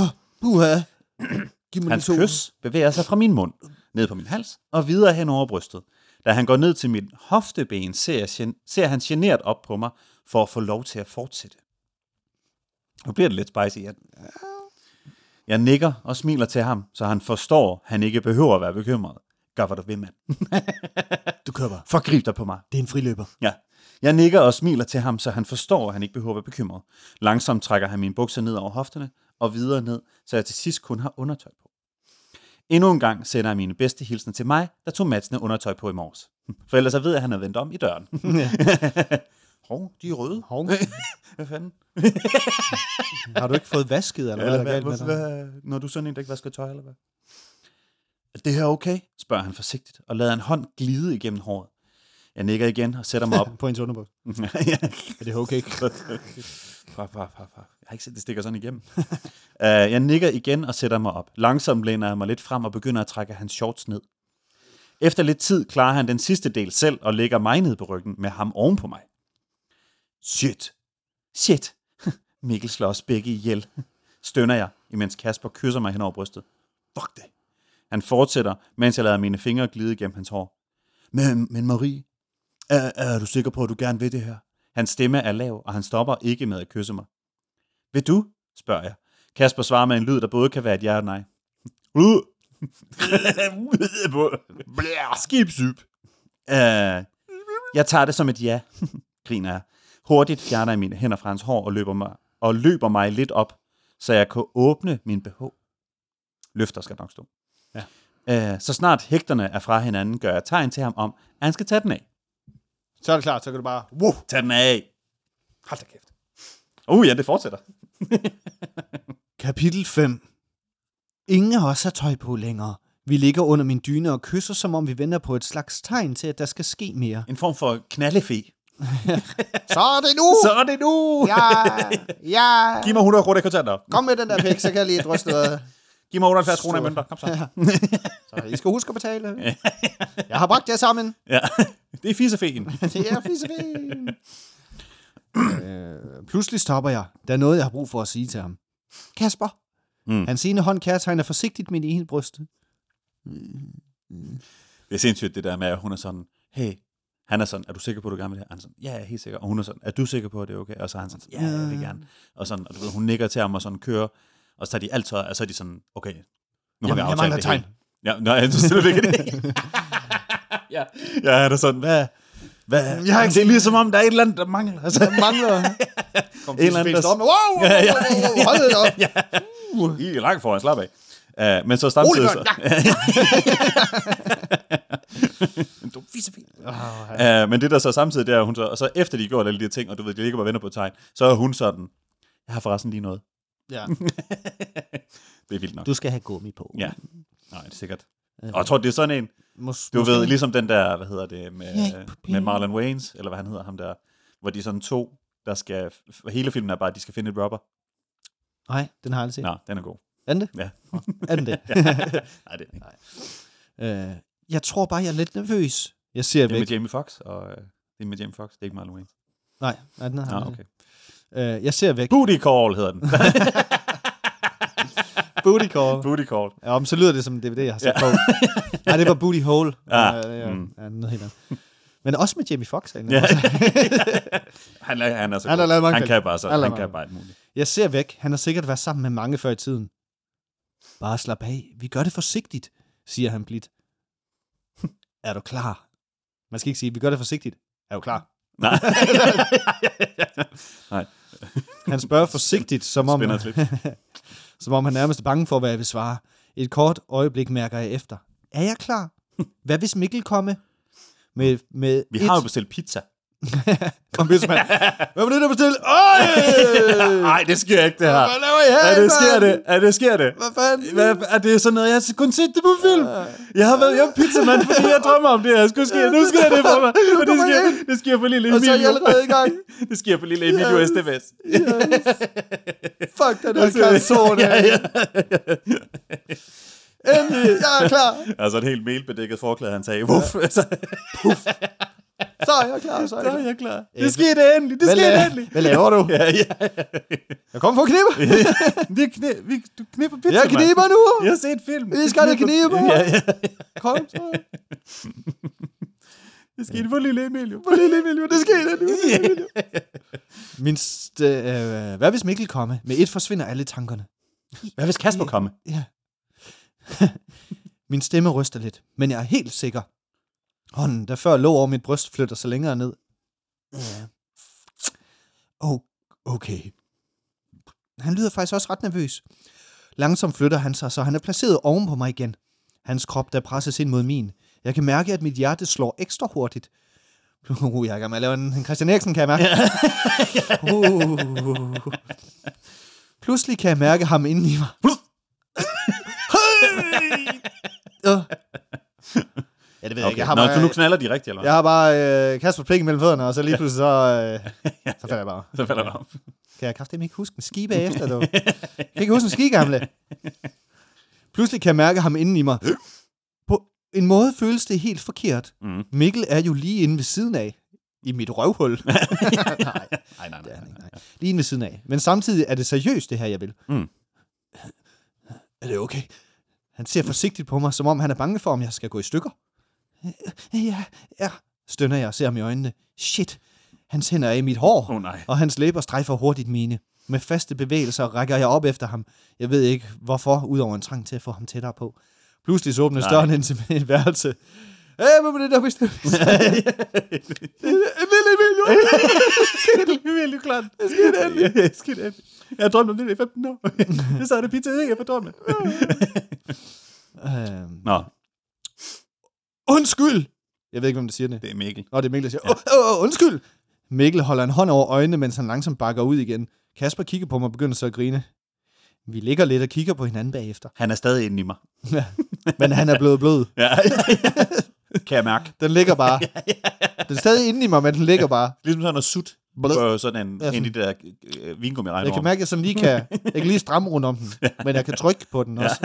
Hans kys bevæger sig fra min mund, ned på min hals og videre hen over brystet. Da han går ned til mit hofteben, ser han genert op på mig for at få lov til at fortsætte. Nu bliver det lidt spicy igen. Jeg nikker og smiler til ham, så han forstår, at han ikke behøver at være bekymret. Gør hvad du vil, mand. Du køber. Forgrib dig på mig. Det er en friløber. Ja. Jeg nikker og smiler til ham, så han forstår, at han ikke behøver at være bekymret. Langsomt trækker han mine bukser ned over hofterne og videre ned, så jeg til sidst kun har undertøj på. Endnu en gang sender jeg mine bedste hilsner til mig, der tog matchende undertøj på i morges. For ellers så ved jeg, at han er vendt om i døren. Hov, de er røde. Hov. Hvad fanden? Har du ikke fået vasket, eller hvad er der galt med dig? Når du er sådan en, der ikke vasker tøj, eller hvad? Er det her okay? Spørger han forsigtigt, og lader en hånd glide igennem håret. Jeg nikker igen og sætter mig op. På en underbuks. Er det okay? Jeg har ikke set, det stikker sådan igennem. Jeg nikker igen og sætter mig op. Langsomt læner jeg mig lidt frem og begynder at trække hans shorts ned. Efter lidt tid klarer han den sidste del selv og lægger mig ned på ryggen med ham oven på mig. Shit. Mikkel slår os begge ihjel. Stønner jeg, imens Kasper kysser mig hen over brystet. Fuck det. Han fortsætter, mens jeg lader mine fingre glide gennem hans hår. Men Marie, er du sikker på, at du gerne vil det her? Hans stemme er lav, og han stopper ikke med at kysse mig. Vil du? Spørger jeg. Kasper svarer med en lyd, der både kan være et ja og nej. Skibsyb. Jeg tager det som et ja, griner jeg. Hurtigt fjerner jeg mine hænder fra hans hår og løber mig lidt op, så jeg kan åbne min BH. Løfter skal nok stå. Ja. Så snart hægterne er fra hinanden, gør jeg tegn til ham om, at han skal tage den af. Så er det klart, så kan du bare... Tag den af. Hold da kæft. Ja, det fortsætter. Kapitel 5. Ingen af os har tøj på længere. Vi ligger under min dyne og kysser, som om vi venter på et slags tegn til, at der skal ske mere. En form for knallefe. Så er det nu! Ja! Giv mig 100 kroner i kontanter. Kom med den der pæk, så kan jeg lige drøste noget. Giv mig 78 kroner i mønter. Kom så. Så I skal huske at betale. Jeg har bragt jer sammen. Ja, det er fisefeen. Det er fisefeen. Pludselig stopper jeg. Der er noget, jeg har brug for at sige til ham. Kasper. Hans ene hånd kærtegner forsigtigt min ene brystet. Det er sindssygt det der med, at hun er sådan, hey, han er sådan, er du sikker på, at du gerne vil det her? Han er sådan, ja, jeg er helt sikker. Og hun er sådan, er du sikker på, at det er okay? Og så er han sådan, ja, jeg vil gerne. Og sådan, og du ved, hun nikker til ham og sådan kører, og så er de alt tøjet, og så er de sådan, okay, nu har vi aftalt det hele. Ja, nej, jeg synes det ikke det. Ja, han er sådan, hvad? Det er ligesom om, der er et eller andet, der mangler. Altså, Kom, et eller andet, der... Wow, hold det op. I er langt foran, slap af. Men så samtidig så... En dum fisefin. Men det der så samtidig, det er hun så... Og så efter de gjorde alle de her ting, og du ved, de ligger bare venter på et tegn, så er hun sådan, jeg har forresten lige noget. Ja. Det er vildt nok. Du skal have gummi på. Ja. Nej, det er sikkert. Og jeg tror, det er sådan en... Du ved, ligesom den der, hvad hedder det, med Marlon Wayans, eller hvad han hedder, ham der, hvor de sådan to, der skal... Hele filmen er bare, at de skal finde et rubber. Nej, den har jeg aldrig set. Nå, den er god. Er den det? Ja. Er den det? Nej, det er ikke. Jeg tror bare, jeg er lidt nervøs. Jeg ser det er væk. med Jamie Foxx, og det er med Jamie Foxx, det er ikke Marlon Wayans. Nej, den har jeg okay. Jeg ser væk. Booty Call hedder den. Booty Call. Booty Call. Ja, men så lyder det som en DVD, jeg har set på. Nej, det var Booty Hole. Ja. Noget helt andet. Men også med Jamie Foxx. Ja. han er så god. Han kan bare så. Han kan bare et muligt. Jeg ser væk. Han har sikkert været sammen med mange før i tiden. Bare slap af. Vi gør det forsigtigt, siger han blidt. Er du klar? Man skal ikke sige, vi gør det forsigtigt. Er du klar? Nej. Nej. Han spørger forsigtigt, som om han nærmest er bange for, hvad jeg vil svare. Et kort øjeblik mærker jeg efter. Er jeg klar? Hvad hvis Mikkel komme? Vi har jo bestilt pizza. Kom, Bisman. Hvad var det, der bestilte? Nej, det sker ikke, det her. Hvad laver I her? Det sker det. Hvad fanden? Er det sådan noget, jeg har kun set det på film? Jeg er pizzamand, fordi jeg drømmer om det her. Nu sker det for mig. Og det sker for lille Emilio. Og så er jeg allerede i gang. Det sker for lille Emilio STVS. Fuck, den her kalsone. Endelig, jeg er klar. Altså et helt melbedækket forklæde, han sagde. Puff. Så er jeg klar. Det skete endelig. Hvad laver du? Jeg kommer for at knippe. Du knipper pizza, jeg knipper nu. Jeg har set film. Vi skal da knippe. Kom så. Det skete for lille Emilio. Det skete endelig. Hvad hvis Mikkel komme? Med et forsvinder alle tankerne. Hvad hvis Kasper komme? Ja. Min stemme ryster lidt, men jeg er helt sikker. Hånden, der før lå over mit bryst, flytter sig længere ned. Okay. Han lyder faktisk også ret nervøs. Langsomt flytter han sig, så han er placeret oven på mig igen. Hans krop, der presses ind mod min. Jeg kan mærke, at mit hjerte slår ekstra hurtigt. Jeg er i gang med at lave en Christian Eriksen, kan jeg mærke. Pludselig kan jeg mærke ham inde i mig. Ja, det ved jeg ikke. Så nu knaller de rigtigt, eller? Jeg har bare Kasper Pling mellem fødderne, og så lige pludselig så falder jeg bare. Så falder jeg bare. Kan jeg kraftedeme ikke huske en ski bagefter, du? Kan ikke huske en ski, gamle? Pludselig kan jeg mærke ham inde i mig. På en måde føles det helt forkert. Mikkel er jo lige inde ved siden af. I mit røvhul. Nej. Lige inde ved siden af. Men samtidig er det seriøst, det her, jeg vil. Er det okay? Han ser forsigtigt på mig, som om han er bange for, om jeg skal gå i stykker. Ja, stønner jeg og ser ham i øjnene. Shit, hans hænder er i mit hår, og hans læber strejfer hurtigt mine. Med faste bevægelser rækker jeg op efter ham. Jeg ved ikke, hvorfor, udover en trang til at få ham tættere på. Pludselig så åbnes døren ind til mit værelse. Hvad var det der bestemt? En lille Emilio, klart. Jeg har drømt om det i 15 år. Så er det pizzeri, jeg får drømme. Undskyld! Jeg ved ikke, hvem der siger det. Det er Mikkel. Det er Mikkel, der siger, undskyld! Mikkel holder en hånd over øjnene, mens han langsomt bakker ud igen. Kasper kigger på mig og begynder så at grine. Vi ligger lidt og kigger på hinanden bagefter. Han er stadig inde i mig. Ja, men han er blevet blød. Ja. Kan jeg mærke. Den ligger bare. Den er stadig inde i mig, men den ligger bare. Ligesom sådan noget sut på sådan en af de der vingummi regner. Jeg kan mærke, at jeg sådan lige jeg kan lige stramme rundt om den, men jeg kan trykke på den også.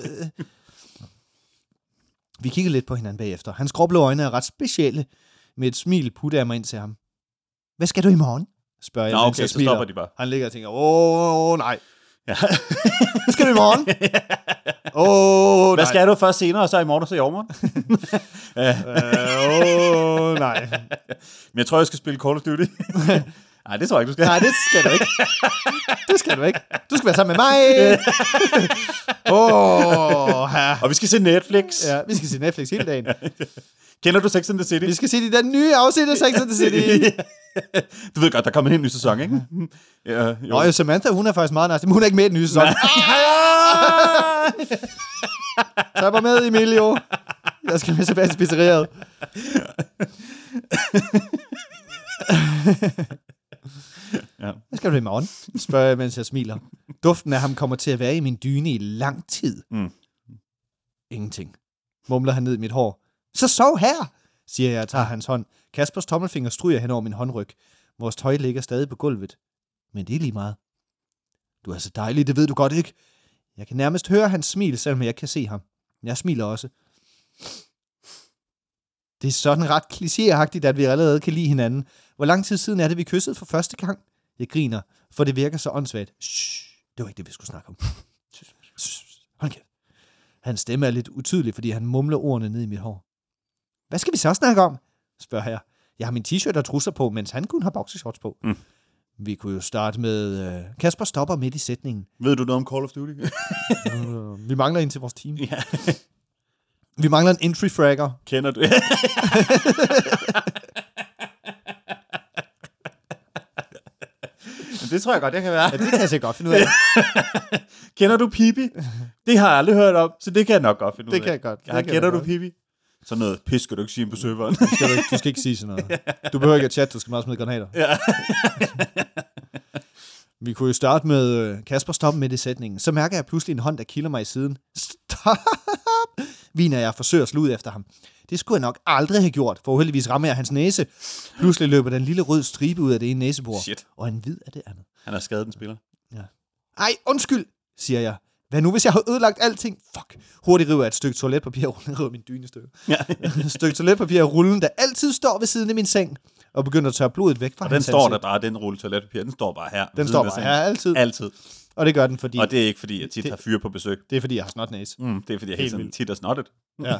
Vi kigger lidt på hinanden bagefter. Hans gråblå øjne er ret specielle. Med et smil putter jeg mig ind til ham. Hvad skal du i morgen? Spørger jeg, okay, så stopper de bare. Han ligger og tænker, nej. Ja. Hvad skal du i morgen? Hvad skal du først senere, og så i morgen, og så i overmorgen? Nej. Men jeg tror, jeg skal spille Call of Duty. Nej, det tror jeg ikke, du skal. Nej, det skal du ikke. Det skal du ikke. Du skal være sammen med mig. Og vi skal se Netflix. Ja, vi skal se Netflix hele dagen. Kender du Sex and the City? Vi skal se de der nye afsnit af Sex and the City. Du ved godt, der kommer en ny sæson, ikke? Jo, Samantha, hun er faktisk meget nice, men hun er ikke med i den nye sæson. Tag mig med, Emilio. Jeg skal med tilbage til pizzeriet. Hvad skal du i morgen? Spørger jeg, mens jeg smiler. Duften af ham kommer til at være i min dyne i lang tid. Ingenting. Mumler han ned i mit hår. Så sov her, siger jeg og tager hans hånd. Kaspers tommelfinger stryger hen over min håndryg. Vores tøj ligger stadig på gulvet. Men det er lige meget. Du er så dejlig, det ved du godt ikke. Jeg kan nærmest høre hans smil, selvom jeg ikke kan se ham. Jeg smiler også. Det er sådan ret klichéagtigt, at vi allerede kan lide hinanden. Hvor lang tid siden er det, vi kyssede for første gang? Jeg griner, for det virker så åndssvagt. Shh, det var ikke det, vi skulle snakke om. Hold kæft. Hans stemme er lidt utydelig, fordi han mumler ordene ned i mit hår. Hvad skal vi så snakke om? Spørger jeg. Jeg har min t-shirt og trusser på, mens han kun har boxershorts på. Vi kunne jo starte med... Kasper stopper midt i sætningen. Ved du noget om Call of Duty? Vi mangler en til vores team. Ja. Vi mangler en entry fragger. Kender du? Det tror jeg godt, jeg kan være. Ja, det kan jeg godt finde ud af. Kender du Pippi? Det har jeg aldrig hørt om, så det kan jeg nok godt finde ud af. Det kan jeg godt. Kender du Pippi? Sådan noget pis skal du ikke sige på serveren. Du skal ikke sige sådan noget. Du behøver ikke at chatte, du skal bare smide granater. Ja. Vi kunne jo starte med Kasper stoppe midt i sætningen. Så mærker jeg pludselig en hånd, der kilder mig i siden. Stop! Viner jeg forsøger at slå ud efter ham. Det skulle jeg nok aldrig have gjort, for uheldigvis rammer jeg hans næse. Pludselig løber den lille rød stribe ud af det ene næsebor. Shit. Og en hvid af det andet. Han har skadet den spiller. Ja. Ej, undskyld, siger jeg. Hvad nu, hvis jeg har ødelagt alting? Fuck. Hurtigt river jeg et stykke toiletpapir og river min dyne i stykker. Ja. Et stykke toiletpapir og rullen, der altid står ved siden af min seng, og begynder at tørre blodet væk fra og hans ansigt. Og den står der bare, den rulle toiletpapir, den står bare her. Den står bare her, altid. Altid. Og det gør den, fordi... Og det er ikke, fordi jeg tit har fyre på besøg. Det er, fordi jeg har snotnæse. Det er, fordi jeg helt tit har snottet. Ja.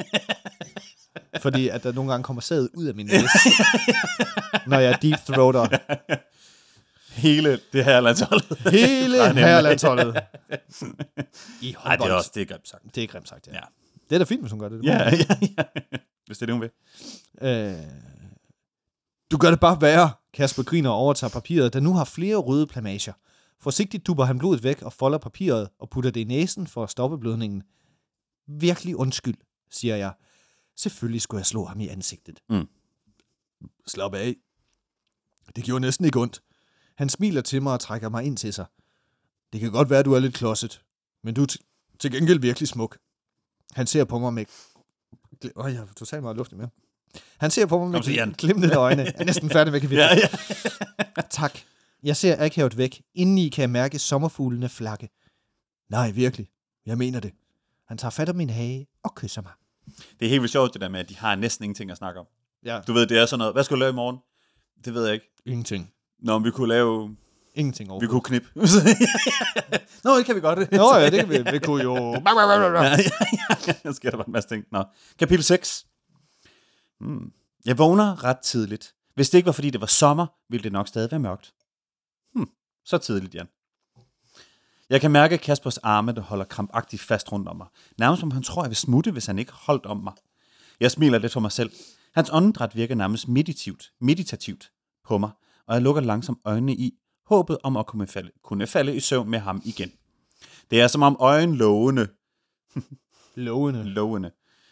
Fordi at der nogle gange kommer sædet ud af min næse, når jeg deep-throater. Hele det her landsholdet. Hele her landsholdet. I håndbold. Nej, det er grimt sagt. Det er grimt sagt, ja. Det er da fint, hvis hun gør det. Ja. Hvis det er det, hun vil. Du gør det bare værre. Kasper griner og overtager papiret, der nu har flere røde plamager. Forsigtigt dupper han blodet væk og folder papiret og putter det i næsen for at stoppe blødningen. Virkelig undskyld, siger jeg. Selvfølgelig skulle jeg slå ham i ansigtet. Slap af. Det gjorde næsten ikke ondt. Han smiler til mig og trækker mig ind til sig. Det kan godt være, du er lidt klodset, men du er til gengæld virkelig smuk. Han ser på mig med... jeg har totalt meget luft i mere. Han ser på mig med glimtende øjne. Jeg er næsten færdig med kapitel. Ja. Tak. Jeg ser akavet væk. Indeni kan jeg mærke sommerfuglene flakke. Nej, virkelig. Jeg mener det. Han tager fat om min hage og kysser mig. Det er helt vildt sjovt, det der med, at de har næsten ingenting at snakke om. Ja. Du ved, det er sådan noget. Hvad skal du lave i morgen? Det ved jeg ikke. Ingenting. Nå, vi kunne lave... Ingenting overhovedet. Vi kunne knippe. Nå, det kan vi godt. Nå ja, det kan vi. Vi kunne jo... Ja, sker der bare en masse ting. Nå. Kapitel 6. Jeg vågner ret tidligt. Hvis det ikke var, fordi det var sommer, ville det nok stadig være mørkt. Så tidligt, Jan. Jeg kan mærke Kaspers arme, der holder krampagtigt fast rundt om mig. Nærmest som han tror, jeg vil smutte, hvis han ikke holdt om mig. Jeg smiler lidt for mig selv. Hans åndedræt virker nærmest meditativt på mig, og jeg lukker langsomt øjnene i, håbet om at kunne falde i søvn med ham igen. Det er som om øjenlågene. Lågene.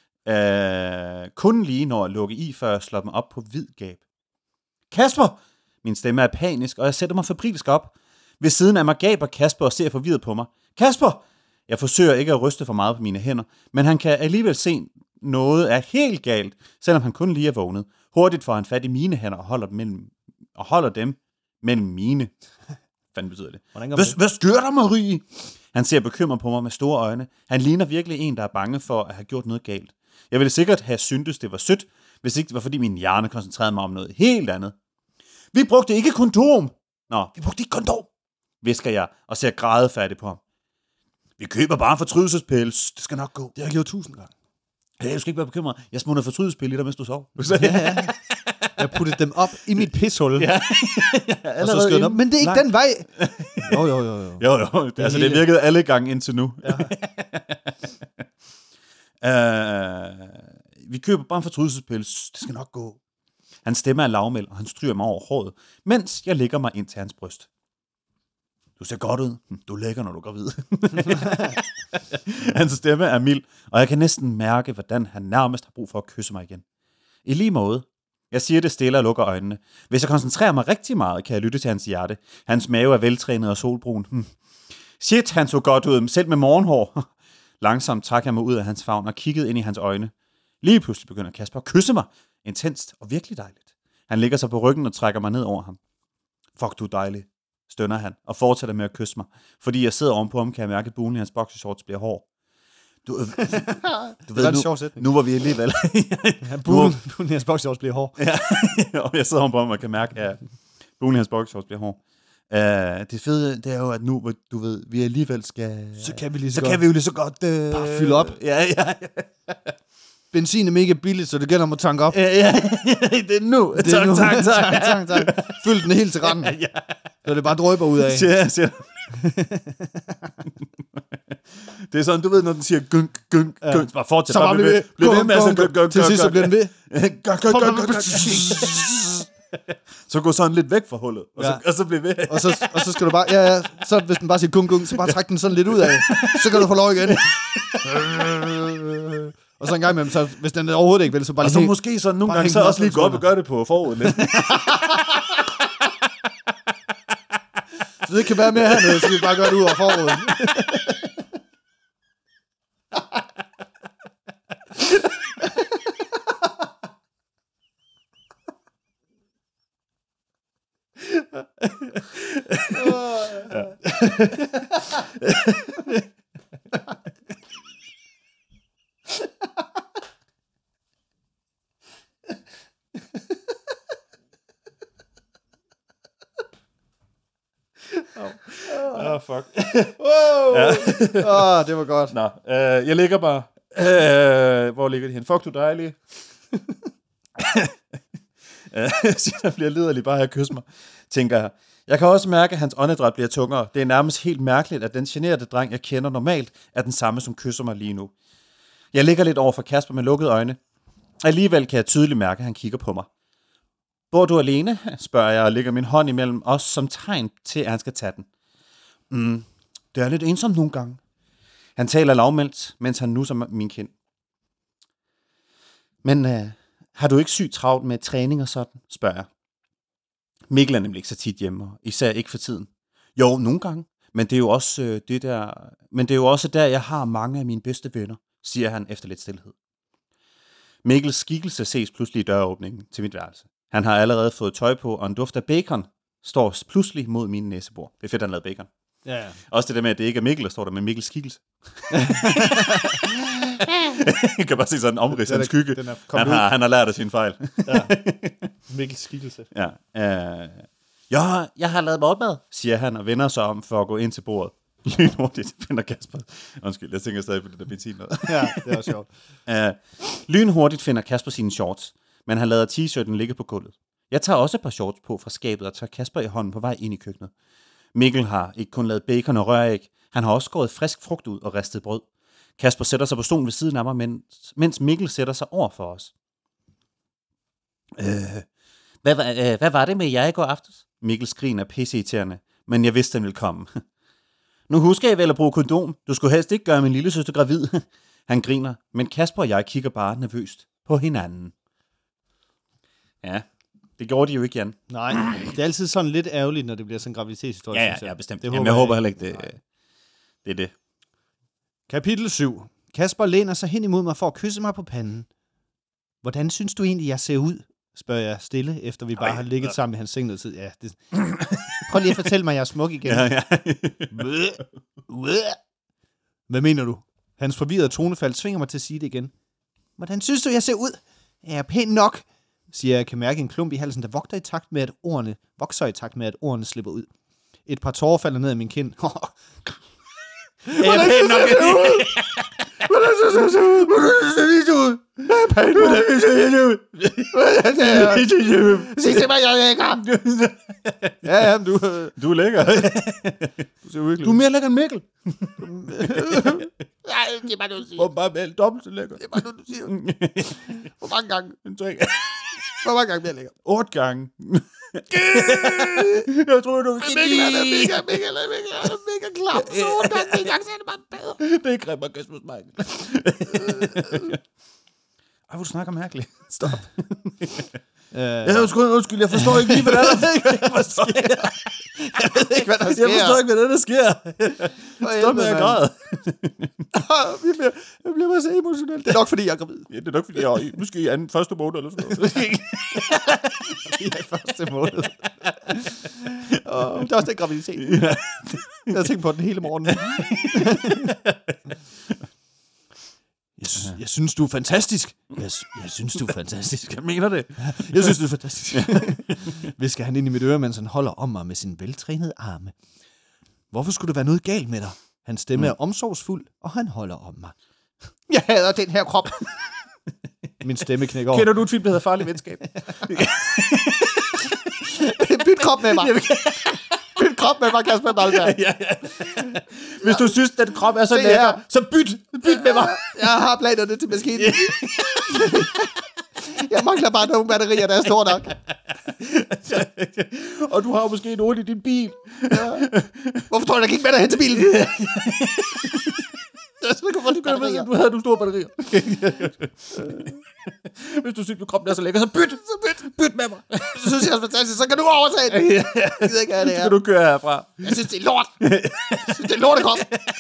Kun lige når jeg lukker i, før jeg slår mig op på vid gab. Kasper! Min stemme er panisk, og jeg sætter mig febrilsk op. Ved siden af mig gaber Kasper og ser forvirret på mig. Kasper! Jeg forsøger ikke at ryste for meget på mine hænder, men han kan alligevel se noget er helt galt, selvom han kun lige er vågnet. Hurtigt får han fat i mine hænder og holder dem mellem mine. Hvad betyder det? Hvad sker der, Marie? Han ser bekymret på mig med store øjne. Han ligner virkelig en, der er bange for at have gjort noget galt. Jeg ville sikkert have syntes, det var sødt, hvis ikke det var, fordi min hjerne koncentrerede mig om noget helt andet. Vi brugte ikke kondom. Nå, vi brugte ikke kondom, visker jeg og ser grædefærdig på ham. Vi køber bare fortrydelsespille. Det skal nok gå. Det har jeg gjort 1000 gange. Hey, du skal ikke være bekymret. Jeg smutter fortrydelsespille i dig, mens du sov. Ja. Jeg puttede dem op i mit pishul. Ja. Og så skød men det er ikke den vej. Jo. Det virkede alle gange indtil nu. Ja. Vi køber bare en fortrydelsespille. Det skal nok gå. Hans stemme er lavmæld, og han stryger mig over håret, mens jeg lægger mig ind til hans bryst. Du ser godt ud. Du er lækker, når du er gravid. Hans stemme er mild, og jeg kan næsten mærke, hvordan han nærmest har brug for at kysse mig igen. I lige måde. Jeg siger det stille og lukker øjnene. Hvis jeg koncentrerer mig rigtig meget, kan jeg lytte til hans hjerte. Hans mave er veltrænet og solbrun. Shit, han så godt ud, selv med morgenhår. Langsomt trak jeg mig ud af hans favn og kiggede ind i hans øjne. Lige pludselig begynder Kasper at kysse mig. Intenst og virkelig dejligt. Han ligger sig på ryggen og trækker mig ned over ham. Fuck, du er dejlig, stønner han og fortsætter med at kysse mig. Fordi jeg sidder ovenpå ham, kan jeg mærke, at bulen i hans boxershorts bliver hård. Du ved, nu var vi alligevel... Bulen i hans boxershorts bliver hård. Ja, og jeg sidder ovenpå ham og kan mærke, at bulen i hans boxershorts bliver hård. Det fede, det er jo, at nu, du ved, vi alligevel skal... Så kan vi jo lige så godt... bare fylde op. Ja. Benzin er mega billigt, så det gælder om at tanke op. Ja, det er nu. Tak. Fyld den helt til randen. Ja. Så det bare drøber ud af. Ja. Det er sådan, du ved, når den siger gynk, så bare fortsæt. Så bare bliv ved med at til sidst så bliver den ved. Så gå sådan lidt væk fra hullet, og så bliver ved. og så skal du bare, så hvis den bare siger gung, så bare træk den sådan lidt ud af. Så kan du få lov igen. Og så en gang imellem, så hvis den overhovedet ikke vil, så bare og så måske sådan nogle gange, så også lige gå op og gøre det på foruden lidt. Så det kan være mere hernede, så vi bare gøre det ud over forruden. Fuck. Det var godt. Nå, jeg ligger bare... hvor ligger de hen? Fuck, du dejlig. Jeg bliver liderlig bare at kysse mig, tænker jeg. Jeg kan også mærke, at hans åndedræt bliver tungere. Det er nærmest helt mærkeligt, at den generede dreng, jeg kender normalt, er den samme, som kysser mig lige nu. Jeg ligger lidt over for Kasper med lukkede øjne. Alligevel kan jeg tydeligt mærke, at han kigger på mig. Bor du alene? Spørger jeg og lægger min hånd imellem os som tegn til, at han skal tage den. Det er lidt ensomt nogle gange. Han taler lavmældt, mens han nusser min kind. Men har du ikke sygt travlt med træning og sådan? Spørger jeg. Mikkel er nemlig ikke så tit hjemme, især ikke for tiden. Jo, nogle gange, men det er jo også der, jeg har mange af mine bedste venner, siger han efter lidt stillhed. Mikkels skikkelse ses pludselig i døråbningen til mit værelse. Han har allerede fået tøj på, og en duft af bacon står pludselig mod min næsebor. Det er fedt, han lavede bacon. Ja. Også det der med, at det ikke er Mikkel, der står der, men Mikkels skikkelse. Jeg kan bare se sådan en omrids af en skygge. Han har lært af sin fejl. Ja. Mikkels skikkelse. Ja. Jeg har lavet morgenmad, siger han, og vender sig om for at gå ind til bordet. Lynhurtigt finder Kasper... Undskyld, jeg tænker stadig på det der benzin noget. Ja, det er også sjovt. Lynhurtigt finder Kasper sine shorts, men han lader t-shirten ligge på gulvet. Jeg tager også et par shorts på fra skabet og tager Kasper i hånden på vej ind i køkkenet. Mikkel har ikke kun lavet bacon og røræg, han har også skåret frisk frugt ud og ristet brød. Kasper sætter sig på stolen ved siden af mig, mens Mikkel sætter sig over for os. Hvad var det med jer i går aftes? Mikkel skriner pisseirriterende, men jeg vidste, den ville komme. Nu husker jeg vel at bruge kondom. Du skulle helst ikke gøre min lille søster gravid. Han griner, men Kasper og jeg kigger bare nervøst på hinanden. Ja, det gjorde de jo ikke, Jan. Nej, det er altid sådan lidt ærgerligt, når det bliver sådan en graviditetshistorie. Ja, bestemt. Jeg håber heller ikke, det er det. Kapitel 7. Kasper læner sig hen imod mig for at kysse mig på panden. Hvordan synes du egentlig, jeg ser ud? Spørger jeg stille, efter vi bare har ligget sammen i hans seng noget tid. Ja, det... Prøv lige at fortælle mig, at jeg er smuk igen. Ja. Hvad mener du? Hans forvirrede tonefald tvinger mig til at sige det igen. Hvordan synes du, jeg ser ud? Er jeg pæn nok? Siger jeg kan mærke en klump i halsen, der vokser i takt med, at ordene slipper ud. Et par tårer falder ned af min kind. Er jeg pæn nok? Hvordan synes jeg ser ud? Jeg er pæn nok. Sig til mig, jeg er lækker. Ja, men Du er lækker. Du ser virkelig. Du er mere lækker end Mikkel. Nej, det er bare noget, du siger. Hvor bare med dobbelt så lækker. Det er bare noget, du siger. Hvor mange gange? 3. Hvor mange gange bliver jeg lækker? 8 gange. Jeg tror du Mikkel er mega klam. Så 8 gange, så er det bare bedre. Det er Grimmer Kasper Michael. Hvor du snakker mærkeligt. Stop. Undskyld, jeg forstår ikke lige, hvad der er. Jeg forstår ikke, hvad der sker. Jeg forstår ikke, hvad der sker. Stop med at græde. Jeg bliver bare så emotionel. Det er nok, fordi jeg er gravid. Ja, det er nok, fordi jeg er måske i første måned eller sådan noget. I første måned. Det er også den graviditet. Jeg har tænkt på den hele morgen. Jeg synes, du er fantastisk. Jeg synes, du er fantastisk. Jeg mener det. Jeg synes, du er fantastisk. Visker han ind i mit øre, mens han holder om mig med sin veltrænede arme. Hvorfor skulle der være noget galt med dig? Hans stemme er omsorgsfuld, og han holder om mig. Jeg hader den her krop. Min stemme knækker over. Kender du et film, der hedder Farlig Venskab? Byt krop med mig. Byt krop med mig, Kasper Dahlberg. Ja. Hvis du synes, at krop er så lækker, så byt med mig. Jeg har planerne til maskinen. Jeg mangler bare nogle batterier, der er store nok. Og du har måske en olie i din bil. Ja. Hvorfor tror du, der gik med dig hen til bilen? Du havde nogle store batterier. Hvis du synes, at kroppen er så lækker, så byt med mig. Så synes jeg er fantastisk, så kan du overtage den. Jeg ved ikke, hvad det er. Så kan du køre herfra. Jeg synes, det er lort. Jeg synes, det er lortekrop.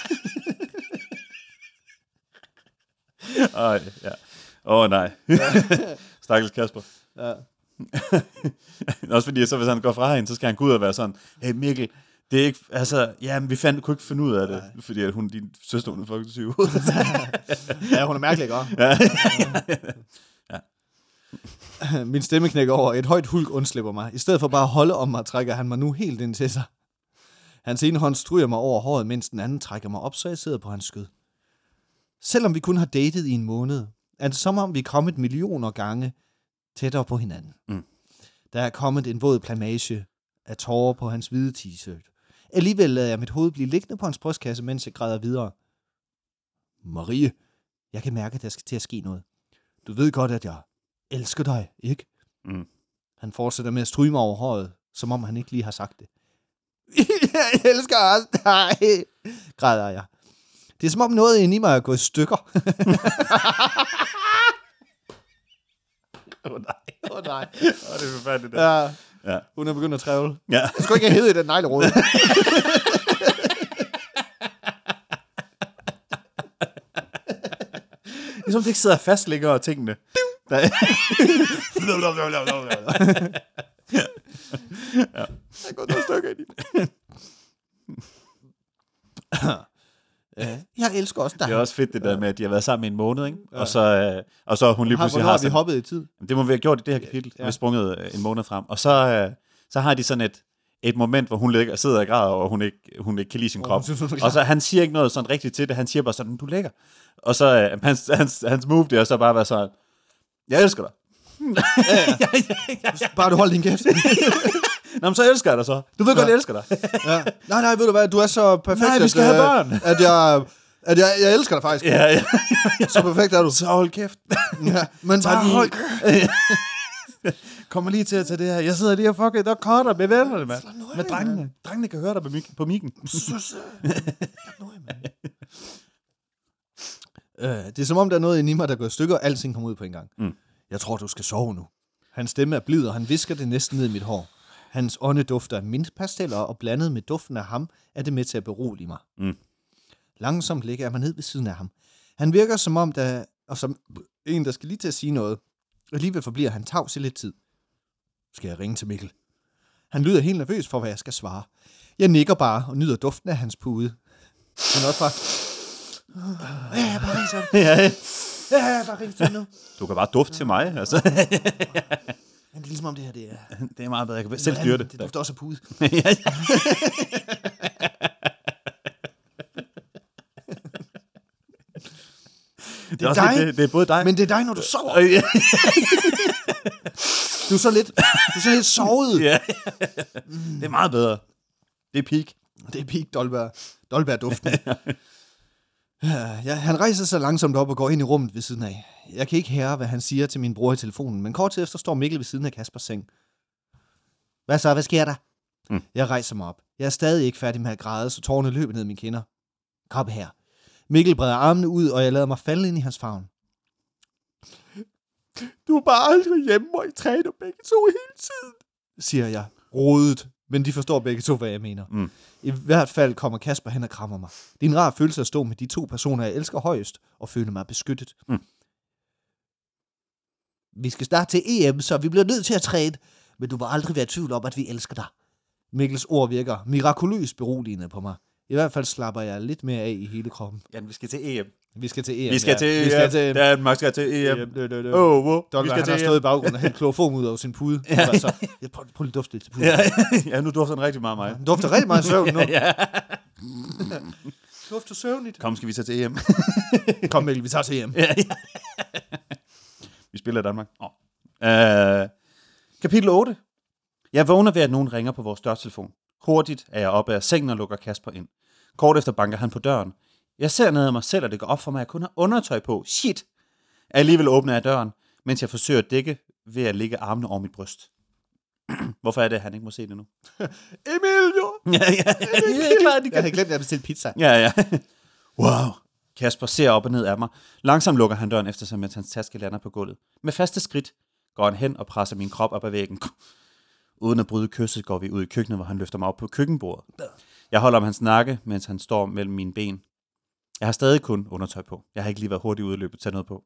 Nej. Stakkels Kasper. Ja. Også fordi, så hvis han går fra hende, så skal han gå ud og være sådan, hey Mikkel, det er ikke, altså, vi kunne ikke finde ud af det, fordi at din søster, hun er fucking syg. Ja, hun er mærkelig, ikke? Ja. Min stemme knækker over. Et højt hulk undslipper mig. I stedet for bare at holde om mig, trækker han mig nu helt ind til sig. Hans ene hånd stryger mig over håret, mens den anden trækker mig op, så jeg sidder på hans skød. Selvom vi kun har datet i en måned, er det som om vi er kommet millioner gange tættere på hinanden. Der er kommet en våd plamage af tårer på hans hvide t-shirt. Alligevel lader jeg mit hoved blive liggende på hans brystkasse, mens jeg græder videre. Marie, jeg kan mærke, at der skal til at ske noget. Du ved godt, at jeg elsker dig, ikke? Han fortsætter med at stryge mig over håret, som om han ikke lige har sagt det. Jeg elsker også dig, græder jeg. Det er som om noget inde i mig er gået i stykker. nej. Nej. Det er forfærdeligt. Ja. Ja. Hun er begyndt at trævle. Ja. Jeg skulle ikke have heddet i den neglerod. Ligesom det ikke sidder fast længere og tingene. Ja. Der går nogle stykker ind i det. Jeg elsker også dig. Det er også fedt det der med, at de har været sammen i en måned, ikke? Ja. Og så hun lige pludselig har vi hoppet i tid? Det må vi have gjort i det her kapitel. Ja. Vi har sprunget en måned frem. Og så har de sådan et moment, hvor hun sidder og græder, og hun ikke kan lide sin krop. Og så han siger ikke noget sådan rigtigt til det. Han siger bare sådan, du er lækker. Og så hans move, det er så bare være sådan, jeg elsker dig. Ja. Bare du holder din kæft. Nå, men så elsker jeg dig så. Du ved godt, jeg elsker dig. Ja. Nej, ved du hvad, du er så perfekt. Nej, vi skal have børn. At jeg elsker dig faktisk. Ja. Så perfekt er du. Så hold kæft. Ja, men bare hold kæft. Kommer lige til at tage det her. Jeg sidder lige og fucker, der cutter med vennerne, mand. Med drengene. Drengene kan høre dig på mikken. Det er som om, der er noget inde i mig, der går i stykker, og alting kommer ud på en gang. Jeg tror, du skal sove nu. Hans stemme er blid, og han visker det næsten ned i mit hår. Hans ånde dufter af mintpasteller, og blandet med duften af ham, er det med til at berolige mig. Langsomt ligger jeg mig ned ved siden af ham. Han virker som om, som en, der skal lige til at sige noget. Alligevel forbliver han tavs i lidt tid. Skal jeg ringe til Mikkel? Han lyder helt nervøs for, hvad jeg skal svare. Jeg nikker bare og nyder duften af hans pude. Men også bare... Ja, bare ring til Ja, bare ring til nu. Du kan bare dufte til mig, altså. Men det er ligesom om det her, det er... Det er meget bedre, jeg kan selv styre det. Det dufter også af pude. Det er dig, det er både dig. men det er dig, når du sover. Du er så lidt sovet. Ja. Det er meget bedre. Det er peak. Det er peak Dolberg-duften. Ja, han rejser sig langsomt op og går ind i rummet ved siden af. Jeg kan ikke høre, hvad han siger til min bror i telefonen, men kort tid efter står Mikkel ved siden af Kaspers seng. Hvad så? Hvad sker der? Jeg rejser mig op. Jeg er stadig ikke færdig med at græde, så tårerne løber ned mine kinder. Kom her. Mikkel breder armene ud, og jeg lader mig falde ind i hans favn. Du er bare aldrig hjemme, og I træner begge to hele tiden, siger jeg, rodet. Men de forstår begge to, hvad jeg mener. I hvert fald kommer Kasper hen og krammer mig. Det er en rar følelse at stå med de to personer, jeg elsker højest, og føle mig beskyttet. Vi skal starte til EM, så vi bliver nødt til at træne, men du må aldrig være i tvivl om, at vi elsker dig. Mikkels ord virker mirakuløst beroligende på mig. I hvert fald slapper jeg lidt mere af i hele kroppen. Ja, vi skal til EM. Vi skal til EM. Vi skal til Danmark skal til EM. Dolberg, han har stået i baggrunden og hældt kloroform ud over sin pude. Altså, jeg prøver lige at dufte lidt til puden. Ja, nu dufter den rigtig meget mig. Den dufter rigtig meget søvn nu. Dufter søvnligt. Kom, skal vi tage til EM? Kom, Mikkel, vi tager til EM. Vi spiller i Danmark. Kapitel 8. Jeg vågner ved, at nogen ringer på vores dørtelefon. Hurtigt er jeg oppe af sengen og lukker Kasper ind. Kort efter banker han på døren. Jeg ser ned ad mig selv, og det går op for mig, at jeg kun har undertøj på. Shit! Alligevel åbner jeg døren, mens jeg forsøger at dække ved at lægge armene over mit bryst. Hvorfor er det, at han ikke må se det nu? Emilio! Ja, klart, jeg havde glemt, at jeg bestilte pizza. Ja. Wow. Kasper ser op og ned af mig. Langsomt lukker han døren efter sig, mens hans taske lander på gulvet. Med faste skridt går han hen og presser min krop op ad væggen. Uden at bryde kysset går vi ud i køkkenet, hvor han løfter mig op på køkkenbordet. Jeg holder om hans nakke, mens han står mellem mine ben. Jeg har stadig kun undertøj på. Jeg har ikke lige været hurtigt ude i løbet at tage noget på.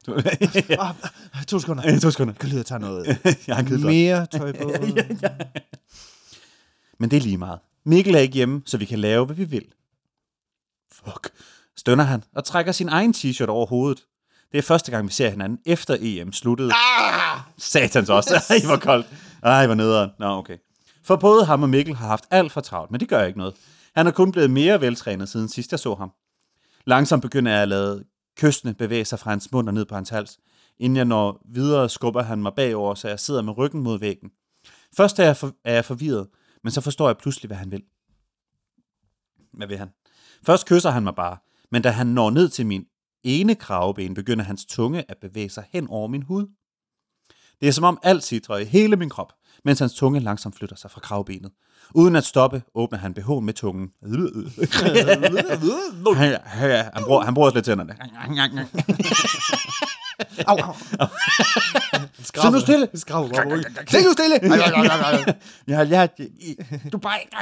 2 sekunder. 2 sekunder. Kan lyde at tage noget mere tøj på. Ja. Men det er lige meget. Mikkel er ikke hjemme, så vi kan lave, hvad vi vil. Fuck. Stønner han og trækker sin egen t-shirt over hovedet. Det er første gang, vi ser hinanden efter EM sluttede. Satans også. Ej, hvor koldt. Ej, hvor nederen. Nå, okay. For både ham og Mikkel har haft alt for travlt, men det gør ikke noget. Han er kun blevet mere veltrænet siden sidst jeg så ham. Langsomt begynder jeg at lade kystene bevæge sig fra hans mund og ned på hans hals. Inden jeg når videre, skubber han mig bagover, så jeg sidder med ryggen mod væggen. Først er jeg forvirret, men så forstår jeg pludselig, hvad han vil. Hvad vil han? Først kysser han mig bare, men da han når ned til min ene kraveben, begynder hans tunge at bevæge sig hen over min hud. Det er som om alt sidder i hele min krop, mens hans tunge langsomt flytter sig fra kravbenet. Uden at stoppe, åbner han BH'en med tungen. Han bruger lidt tænderne. Au. Sid nu stille! Sid nu stille! Jeg har lært det. Du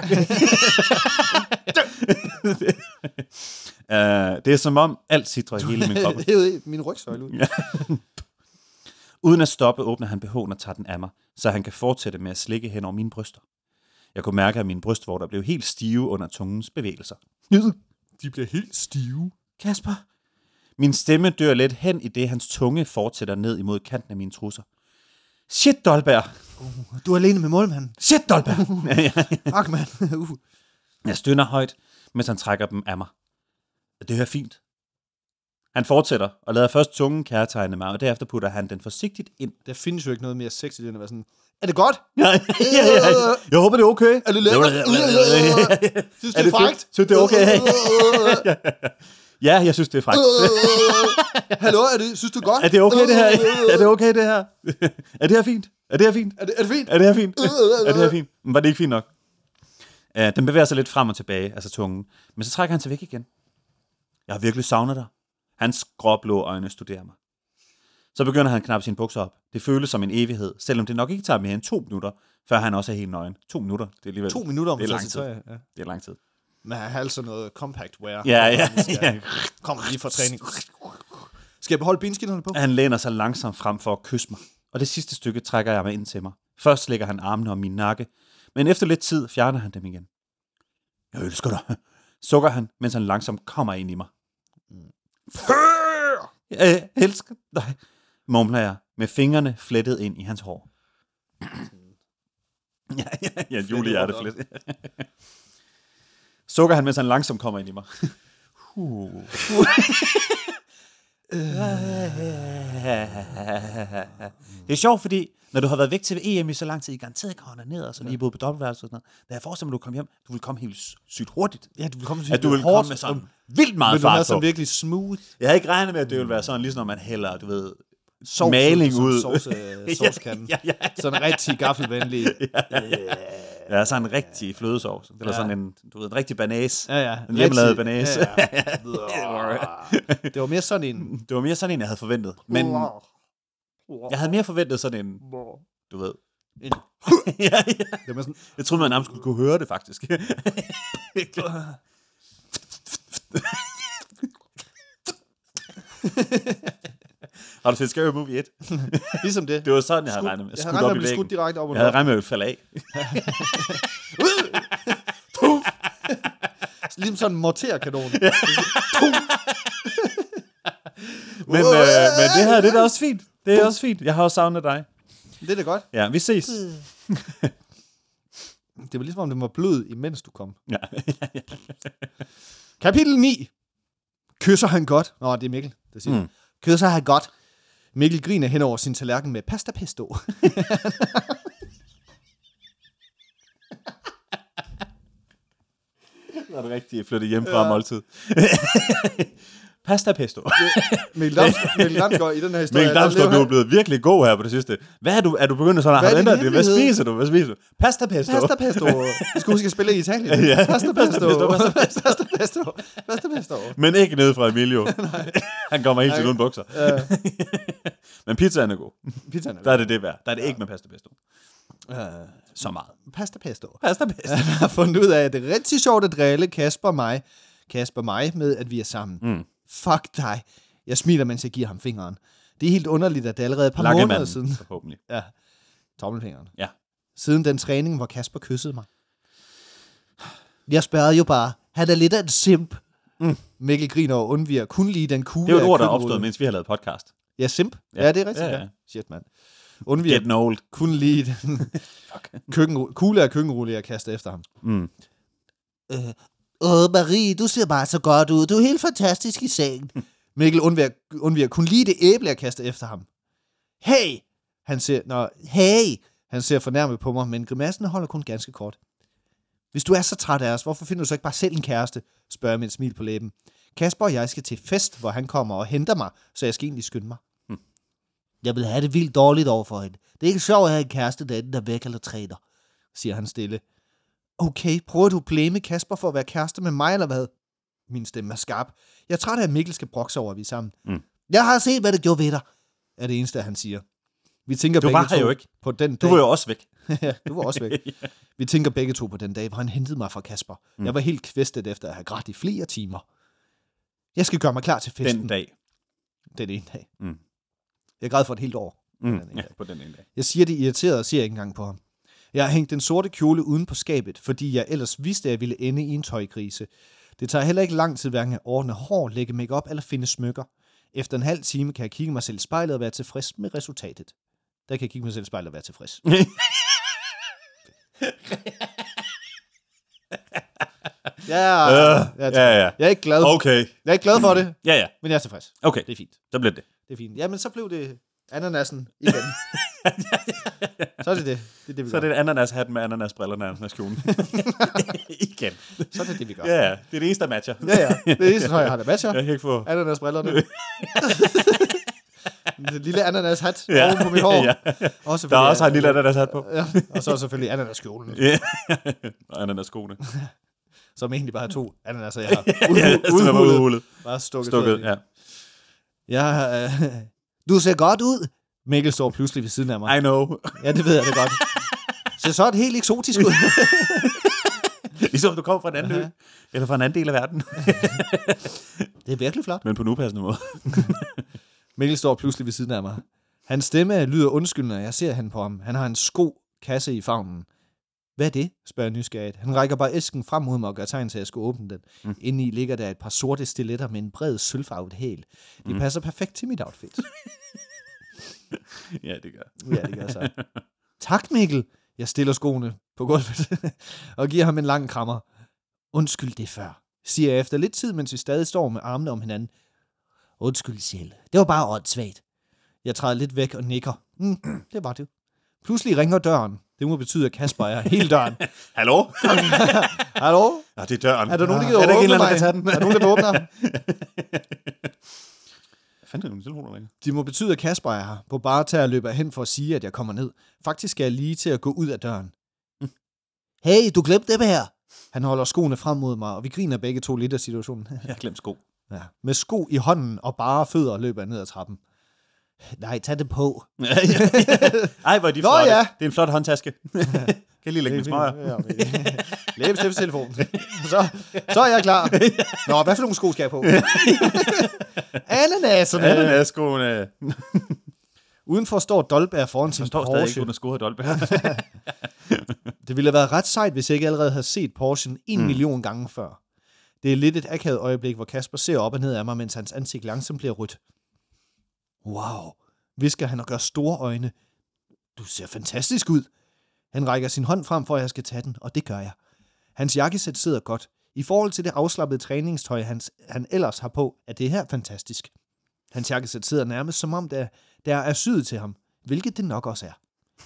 det er som om alt sidder i hele min krop. Det er jo min rygsøjle ud. Uden at stoppe, åbner han BH'en og tager den af mig, så han kan fortsætte med at slikke hen over mine bryster. Jeg kunne mærke, at mine brystvorter blev helt stive under tungens bevægelser. De bliver helt stive. Kasper. Min stemme dør lidt hen i det, hans tunge fortsætter ned imod kanten af mine trusser. Shit, Dolberg. Du er alene med målmanden. Shit, Dolberg. Fuck, mand. Jeg stønner højt, mens han trækker dem af mig. Det hører fint. Han fortsætter og lader først tungen kærtegne mig, og derefter putter han den forsigtigt ind. Der findes jo ikke noget mere sexy, end at være sådan, er det godt? Ja. Jeg håber, det er okay. Er det lækkert? Synes det er frækt? Synes det er okay? Ja, jeg synes, det er frækt. Hallo, synes du godt? Er det okay, det her? Er det okay, det her? Er det her fint? Er det her fint? Er det fint? Er det her fint? Er det her fint? Men var det ikke fint nok? Den bevæger sig lidt frem og tilbage, altså tungen. Men så trækker han sig væk igen. Jeg har virkelig savnet dig. Hans gråblå øjne studerer mig. Så begynder han at knappe sine bukser op. Det føles som en evighed, selvom det nok ikke tager mere end 2 minutter, før han også er helt nøgen. 2 minutter, det er alligevel... 2 minutter om det er lang tid. Ja. Det er lang tid. Men han har altså noget compact wear. Ja. Kommer lige fra træning. Skal jeg beholde benskinnerne på? Han læner sig langsomt frem for at kysse mig, og det sidste stykke trækker jeg mig ind til mig. Først lægger han armene om min nakke, men efter lidt tid fjerner han dem igen. Jeg elsker dig, sukker han, mens han langsomt kommer ind i mig. Jeg elsker dig, mumler jeg, med fingrene flettet ind i hans hår. Ja, julehjerte flettet. Sukker han, mens han langsomt kommer ind i mig. Det er sjovt, fordi når du har været væk til EM i så lang tid, I garanteret ikke har ned og så lige boet på dobbeltværelse og sådan noget. Da jeg forestiller mig, at du kom hjem, du vil komme helt sygt hurtigt. Ja, du vil komme sygt hurtigt. Komme med sådan vildt meget fart på. Men du er sådan virkelig smooth. Jeg har ikke regnet med, at det ville være sådan, ligesom når man hælder, du ved, sovs, maling ud. Sovskanden. Ja. Sådan en rigtig gaffelvenlig. Ja, sådan en rigtig flødesovs. Eller sådan en, du ved, en rigtig banæs. Ja. En hjemmelavet banæs. Ja. Det var mere sådan en... Det var mere sådan en, jeg havde forventet. Men jeg havde mere forventet sådan en, du ved... ja. Det var sådan... Jeg troede, man nærmest skulle kunne høre det, faktisk. Har du set Scary Movie 1? Ligesom det. Det var sådan, jeg havde regnet med. Jeg havde regnet med at blive skudt direkte op. Jeg havde regnet med at falde af. Ligesom sådan en morterkanon. Men det her, det er da også fint. Det er også fint. Jeg har også savnet dig. Det er da godt. Ja, vi ses. Det var ligesom, om det var blød, imens du kom. Ja. Kapitel 9. Kysser han godt? Nå, det er Mikkel, der siger Kysser han godt? Mikkel griner hen over sin tallerken med pasta pesto. Så er du rigtig flyttet hjem fra måltid. Pasta pesto. Mikkel Damsgaard i den her historie. Mikkel Damsgaard, du er blevet virkelig god her på det sidste. Hvad er du begyndt sådan at ændre det? Hvad spiser du? Pasta pesto. Pasta pesto. Du skal huske at spille i Italien. Ja. Pasta pesto. Men ikke ned fra Emilio. Han kommer helt til uden bukser. Men pizzaen er god. Der er det værd. Der er det ikke med pasta pesto. Så meget. Pasta pesto. Jeg har fundet ud af, at det er rigtig sjovt at drille Kasper mig med, at vi er sammen. Fuck dig. Jeg smiler, mens jeg giver ham fingeren. Det er helt underligt, at det allerede er et par måneder siden. Forhåbentlig. Ja, tommelfingeren. Ja. Siden den træning, hvor Kasper kyssede mig. Jeg spørger jo bare, han er lidt af en simp. Mikkel griner og undviger kun lige den kugle. Det er jo et ord, der er opstået, mens vi har lavet podcast. Ja, simp. Ja, det er rigtigt. Ja. Shit, mand. Getting old. Kun lige den kugle af køkkenrulle, jeg kaster efter ham. Marie, du ser bare så godt ud. Du er helt fantastisk i sengen. Mikkel undviger kun lige det æble, jeg kaster efter ham. Hey! Han ser fornærmet på mig, men grimassen holder kun ganske kort. Hvis du er så træt af os, hvorfor finder du så ikke bare selv en kæreste? Spørger jeg med et smil på læben. Kasper og jeg skal til fest, hvor han kommer og henter mig, så jeg skal egentlig skynde mig. Jeg vil have det vildt dårligt over for hende. Det er ikke sjovt at have en kæreste, der enten er væk eller træner, siger han stille. Okay, prøver du at blæme Kasper for at være kæreste med mig, eller hvad? Min stemme er skarp. Jeg er træt af, at Mikkel skal brokse over, at vi er sammen. Jeg har set, hvad det gjorde ved dig, er det eneste, han siger. Vi tænker du var her jo ikke. På den dag. Du var jo også væk. Ja, du var også væk. Vi tænker begge to på den dag, hvor han hentede mig fra Kasper. Jeg var helt kvæstet efter at have grædt i flere timer. Jeg skal gøre mig klar til festen. Den dag. Den ene dag. Jeg græd for et helt år. På den ene dag. Jeg siger det irriteret og ser ikke engang på ham. Jeg har hængt den sorte kjole uden på skabet, fordi jeg ellers vidste, at jeg ville ende i en tøjkrise. Det tager heller ikke lang tid hverken at ordne hår, lægge makeup eller finde smykker. Efter en halv time kan jeg kigge mig selv i spejlet og være tilfreds med resultatet. Der kan jeg kigge mig selv i spejlet og være tilfreds. Ja. Jeg er ikke glad. Okay. Jeg er ikke glad for det. Ja. Men jeg er tilfreds. Okay. Det er fint. Så blev det. Det er fint. Jamen, så blev det ananasen igen. Så er det det. Det er det, vi så gør. er det ananashatten med ananasbrillerne og ananaskjolen. Igen. Så er det det, vi gør. Ja, det er det eneste, der matcher. Ja. Det er det eneste tøj, jeg har, der matcher. Jeg kan ikke få... Ananasbrillerne. Den lille ananashat oven på mit hår. Ja. Der er også en lille ananashat på. Ja. Og så selvfølgelig ananaskjolen. Ja. Og ananaskoene. Som egentlig bare er 2 ananaser, jeg har udhulet. Bare stukket. Ja. Du ser godt ud. Mikkel står pludselig ved siden af mig. I know. Ja, det ved jeg det godt. Så så er det helt eksotisk ud. Ligesom du kommer fra en anden ø. Eller fra en anden del af verden. Det er virkelig flot. Men på en upassende måde. Mikkel står pludselig ved siden af mig. Hans stemme lyder undskyldende, og jeg ser hen på ham. Han har en skokasse i favnen. Hvad er det? Spørger jeg nysgerrigt. Han rækker bare æsken frem mod mig og gør tegn til, at jeg skal åbne den. Indeni ligger der et par sorte stiletter med en bred sølvfarvet hæl. De passer perfekt til mit outfit. Ja, det gør. Ja, det gør så. Tak, Mikkel. Jeg stiller skoene på gulvet og giver ham en lang krammer. Undskyld det før, siger jeg efter lidt tid, mens vi stadig står med armene om hinanden. Undskyld selv. Det var bare åndssvagt. Jeg træder lidt væk og nikker. Det var det. Pludselig ringer døren. Det må betyde, at Kasper er hele døren. Hallo? Hallo? Ja, det er døren. Er der nogen, der gider åbne mig? Er der nogen, der vil åbne ham? Fandt det nogle telefoner ringer? De må betyde, at Kasper er her. På bare til at løbe hen for at sige, at jeg kommer ned. Faktisk skal jeg lige til at gå ud af døren. Hey, du glemte det her. Han holder skoene frem mod mig, og vi griner begge to lidt af situationen. Jeg har glemt sko. Ja. Med sko i hånden og bare fødder løber jeg ned ad trappen. Nej, tag det på. Ej, hvor er de flotte. Ja. Det er en flot håndtaske. Kan lige lægge min smøger. Læbestiftstelefonen. Så er jeg klar. Nå, hvad for nogle sko skal jeg på? Ananaserne. Ananaskoene. Udenfor står Dolberg foran sin Porsche. Jeg forstår stadig ikke, hun har scoret Dolberg. Det ville have været ret sejt, hvis jeg ikke allerede havde set Porschen 1 million gange før. Det er lidt et akavet øjeblik, hvor Kasper ser op og ned af mig, mens hans ansigt langsomt bliver rødt. Wow, visker han og gør store øjne. Du ser fantastisk ud. Han rækker sin hånd frem for, at jeg skal tage den, og det gør jeg. Hans jakkesæt sidder godt. I forhold til det afslappede træningstøj, han ellers har på, er det her fantastisk. Hans jakkesæt sidder nærmest som om, der er syet til ham, hvilket det nok også er.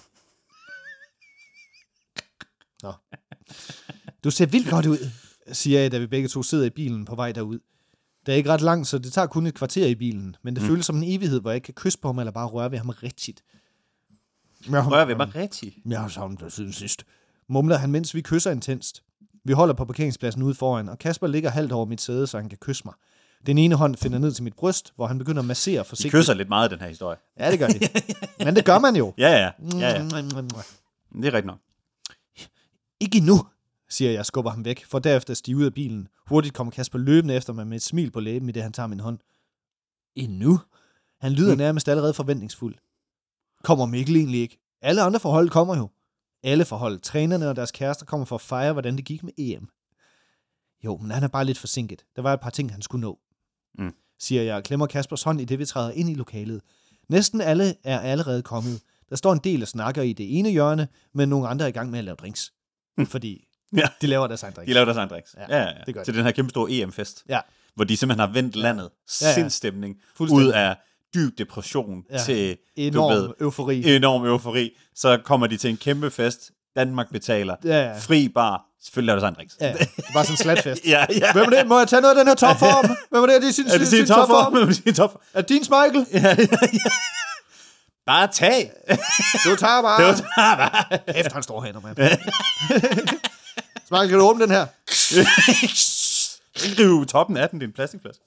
Nå. Du ser vildt godt ud, siger jeg, da vi begge to sidder i bilen på vej derud. Det er ikke ret langt, så det tager kun et kvarter i bilen, men det føles som en evighed, hvor jeg ikke kan kysse på ham eller bare røre ved ham rigtigt. Røre ved mig rigtigt? Ja, sådan det siden sidst. Mumler han, mens vi kysser intenst. Vi holder på parkeringspladsen ude foran, og Kasper ligger halvt over mit sæde, så han kan kysse mig. Den ene hånd finder ned til mit bryst, hvor han begynder at massere forsigtigt. De kysser lidt meget, den her historie. Ja, det gør de. Men det gør man jo. Ja. Det er rigtigt nok. Ikke endnu, siger jeg, skubber ham væk, for derefter at stige ud af bilen. Hurtigt kommer Kasper løbende efter mig med et smil på læben, i det han tager min hånd. Endnu? Han lyder nærmest allerede forventningsfuld. Kommer Mikkel egentlig ikke? Alle andre forhold kommer jo. Alle forhold, trænerne og deres kærester, kommer for at fejre, hvordan det gik med EM. Jo, men han er bare lidt forsinket. Der var et par ting, han skulle nå. Siger jeg og klemmer Kaspers hånd i det, vi træder ind i lokalet. Næsten alle er allerede kommet. Der står en del af snakker i det ene hjørne, men nogle andre er i gang med at lave drinks. Fordi de laver deres egen drinks. De laver deres egen drinks. Ja, det gør til den her kæmpe store EM-fest. Ja. Hvor de simpelthen har vendt landet. Sindstemning. Ud af dyb depression til enorm eufori. Så kommer de til en kæmpe fest. Danmark betaler. Fri bar. Selvfølgelig laver deres egen drinks. Ja. Det var sådan en slatfest. Ja. Hvem er det? Må jeg tage noget af den her topform? Hvem er det? Er det sin topform? Er det Er din Michael? Ja. Bare tag. Du tager bare. Du tager bare. Efter han står hænder, mand. Smart, kan du åbne den her? Riv toppen af den, det er en plastikplads.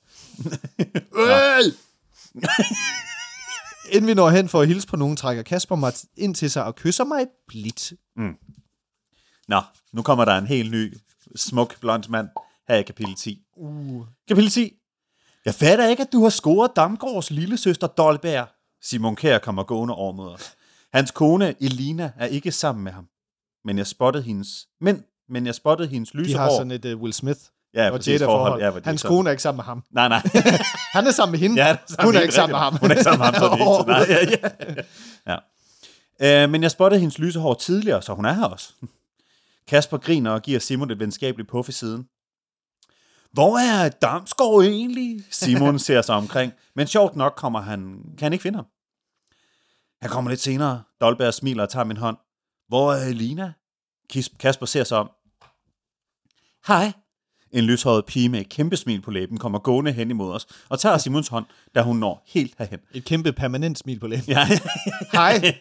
Inden vi når hen for at hilse på nogen, trækker Kasper mig ind til sig og kysser mig blidt. Nå, nu kommer der en helt ny, smuk, blond mand her i kapitel 10. Kapitel 10. Jeg fatter ikke, at du har scoret Damgaards lillesøster Dolberg. Simon Kjær kommer gående over mod os. Hans kone, Elina, er ikke sammen med ham. Men jeg spottede hendes lyse De hår. har sådan et Will Smith og Jada forhold. Ja, hans kone er ikke sammen med ham. Nej. Han er sammen med hende. Ja, hun er ikke sammen med ham. Hun er ikke sammen med ham, så det er ikke. Nej, ja. Men jeg spottede hendes lyse hår tidligere, så hun er her også. Kasper griner og giver Simon et venskabeligt puff i siden. Hvor er Damsgaard egentlig? Simon ser sig omkring, men sjovt nok kan han ikke finde ham. Han kommer lidt senere. Dolberg smiler og tager min hånd. Hvor er Elina? Kasper ser sig om. Hej. En lyshåret pige med et kæmpe smil på læben kommer gående hen imod os og tager Simons hånd, da hun når helt herhen. Et kæmpe permanent smil på læben. Ja. Hej.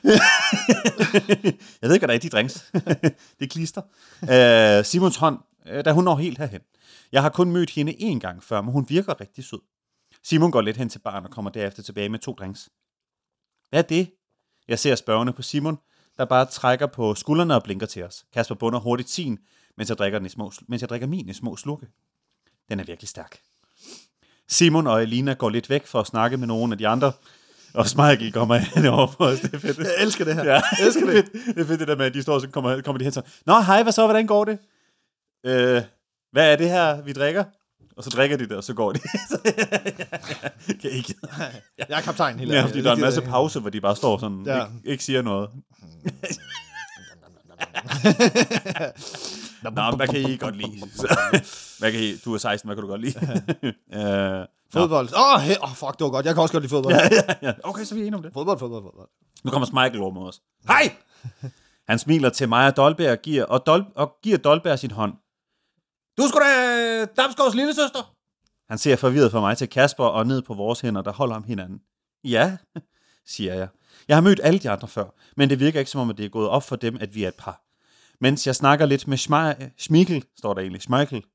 Jeg ved ikke, hvad der er i de drinks. Det er klister. Simons hånd, da hun når helt herhen. Jeg har kun mødt hende én gang før, men hun virker rigtig sød. Simon går lidt hen til baren og kommer derefter tilbage med 2 drinks. Hvad er det? Jeg ser spørgende på Simon, der bare trækker på skuldrene og blinker til os. Kasper bunder hurtigt sin, mens jeg drikker min i små slurke. Den er virkelig stærk. Simon og Elina går lidt væk for at snakke med nogle af de andre, og Michael kommer hen over på os. Det er fedt. Jeg elsker det her. Ja, jeg elsker det. Det er fedt det der med, at de står og så kommer de hen så. Nå, hej, hvad så? Hvordan går det? Hvad er det her, vi drikker? Og så drikker de det, og så går de. Kan ikke. Jeg er kaptajn hele Ja, fordi der er en masse pause, hvor de bare står sådan, ikke siger noget. Nå, hvad kan I godt lide? Du er 16, hvad kan du godt lide? Fodbold. Fuck, det var godt. Jeg kan også godt lide fodbold. Ja. Okay, så er vi enige om det. Fodbold. Nu kommer Michael over mod os. Hej! Han smiler til mig og Dolberg og giver Dolberg sin hånd. Du er sgu da Damsgaards lillesøster. Han ser forvirret fra mig til Kasper og ned på vores hænder, der holder om hinanden. Ja, siger jeg. Jeg har mødt alle de andre før, men det virker ikke som om, at det er gået op for dem, at vi er et par. Mens jeg snakker lidt med Schmeichel, står der egentlig.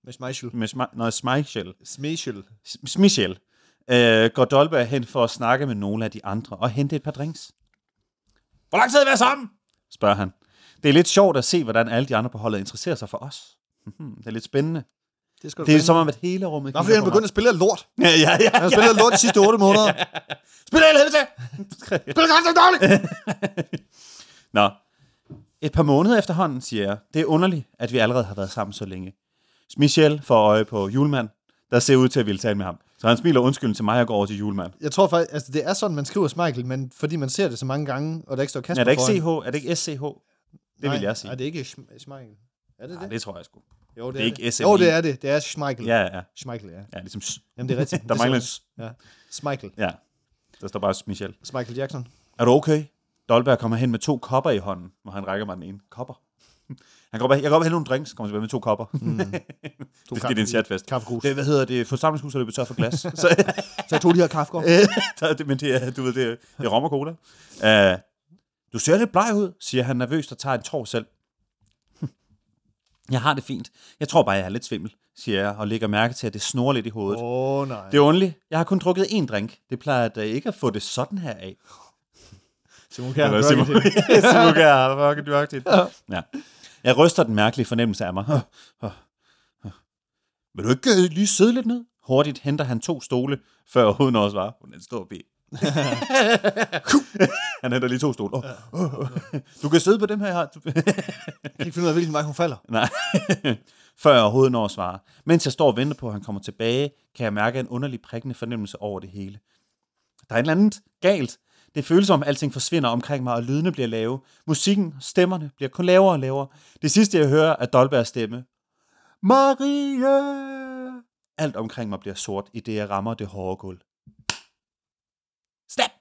Schmeichel. Går Dolberg hen for at snakke med nogle af de andre og hente et par drinks. Hvor lang tid har I været sammen? Spørger han. Det er lidt sjovt at se, hvordan alle de andre på holdet interesserer sig for os. Det er lidt spændende. Det er som om, at hele rummet... Nå, fordi han begyndte at spille af lort. Ja. Han har spillet af lort de sidste 8 måneder. Spiller helt til! Spiller godt dårligt! Nå. Et par måneder efterhånden, siger jeg. Det er underligt, at vi allerede har været sammen så længe. Michel får øje på julemand, der ser ud til at ville tale med ham. Så han smiler undskyldning til mig og går over til julemand. Jeg tror faktisk, altså det er sådan, man skriver Michael, men fordi man ser det så mange gange, og der ikke står Kasper foran. Er det ikke CH? Det vil jeg sige. Nej, det er ikke Schmeichel. Er det det? Det tror jeg sgu. Jo, det er ikke SMI. Jo, det er det. Det er Schmeichel. Ja. Schmeichel, ja. Ja, ligesom... Jamen, det er rigtigt. Der mangler ja. Schmeichel. Ja, der står bare Michel. Michael Jackson. Er du okay? Dolberg kommer hen med 2 kopper i hånden, hvor han rækker mig den ene. Kopper? Jeg går bare hen nogle drinks, kommer tilbage med 2 kopper. Det er en chatfest. Kaffegrus. Det, hvad hedder det? Forsamlingshus er løbet tør for glas. Så jeg tog de her kaffegård. Men det er, du ved, det er rom og cola. Du ser lidt bleg ud, siger han nervøst og tager en tår selv. Jeg har det fint. Jeg tror bare, jeg er lidt svimmel, siger jeg, og lægger mærke til, at det snurrer lidt i hovedet. Nej. Det er underligt. Jeg har kun drukket 1 drink. Det plejer da ikke at få det sådan her af. Simon Kjær har fucking dyrket. Ja. Jeg ryster den mærkelige fornemmelse af mig. Vil du ikke lige sidde lidt ned? Hurtigt henter han 2 stole, før overhovedet når svarer. Hun er en stor ben. Han henter lige 2 stole. Du kan sidde på dem her. Jeg kan ikke finde ud af, hvilken vej hun falder. Nej. Før jeg overhovedet når svarer. Mens jeg står og venter på, at han kommer tilbage, kan jeg mærke en underlig prikkende fornemmelse over det hele. Der er et eller andet galt. Det føles som, at alting forsvinder omkring mig, og lydene bliver lave. Musikken, stemmerne bliver kun lavere og lavere. Det sidste, jeg hører, er Dolbergs stemme. Maria! Alt omkring mig bliver sort, i det jeg rammer det hårde gulv. Stop!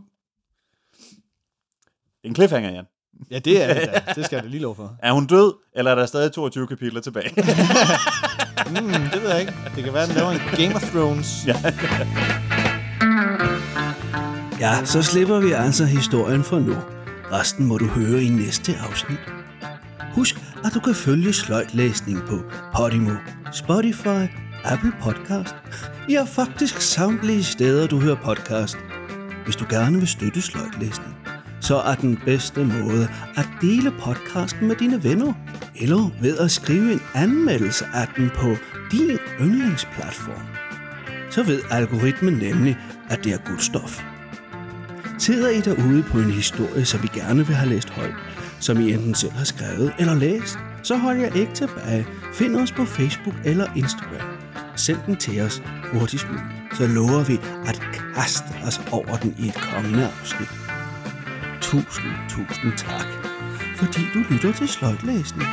En cliffhanger, Jan. Ja, det er det da. Det skal jeg da lige love for. Er hun død, eller er der stadig 22 kapitler tilbage? Det ved jeg ikke. Det kan være, at den laver en Game of Thrones. Ja. Ja, så slipper vi altså historien for nu. Resten må du høre i næste afsnit. Husk, at du kan følge Sløjtlæsning på Podimo, Spotify, Apple Podcast. Ja, faktisk samtlige steder, du hører podcast. Hvis du gerne vil støtte Sløjtlæsning, så er den bedste måde at dele podcasten med dine venner, eller ved at skrive en anmeldelse af den på din yndlingsplatform. Så ved algoritmen nemlig, at det er godt stof. Sidder I derude på en historie, som vi gerne vil have læst højt, som I enten selv har skrevet eller læst, så hold jer ikke tilbage. Find os på Facebook eller Instagram. Send den til os hurtigst muligt, så lover vi at kaste os over den i et kommende afsnit. Tusind tak, fordi du lytter til Sløjtlæsning.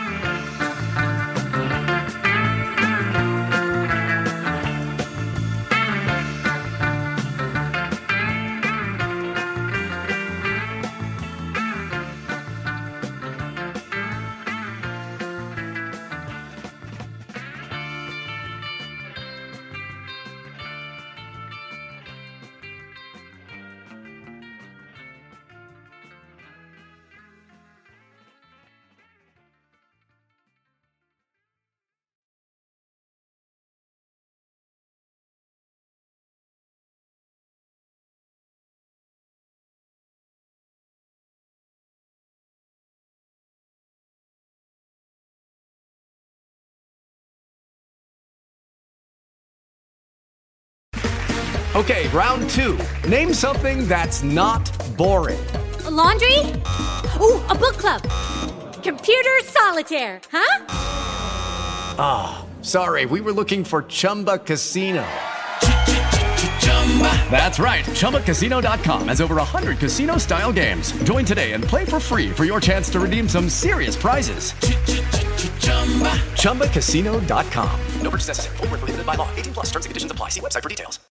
Okay, round two. Name something that's not boring. A laundry? Ooh, a book club. Computer solitaire, huh? Sorry, we were looking for Chumba Casino. That's right. ChumbaCasino.com has over 100 casino-style games. Join today and play for free for your chance to redeem some serious prizes. ChumbaCasino.com. No purchase necessary. Void where prohibited by law. 18+ terms and conditions apply. See website for details.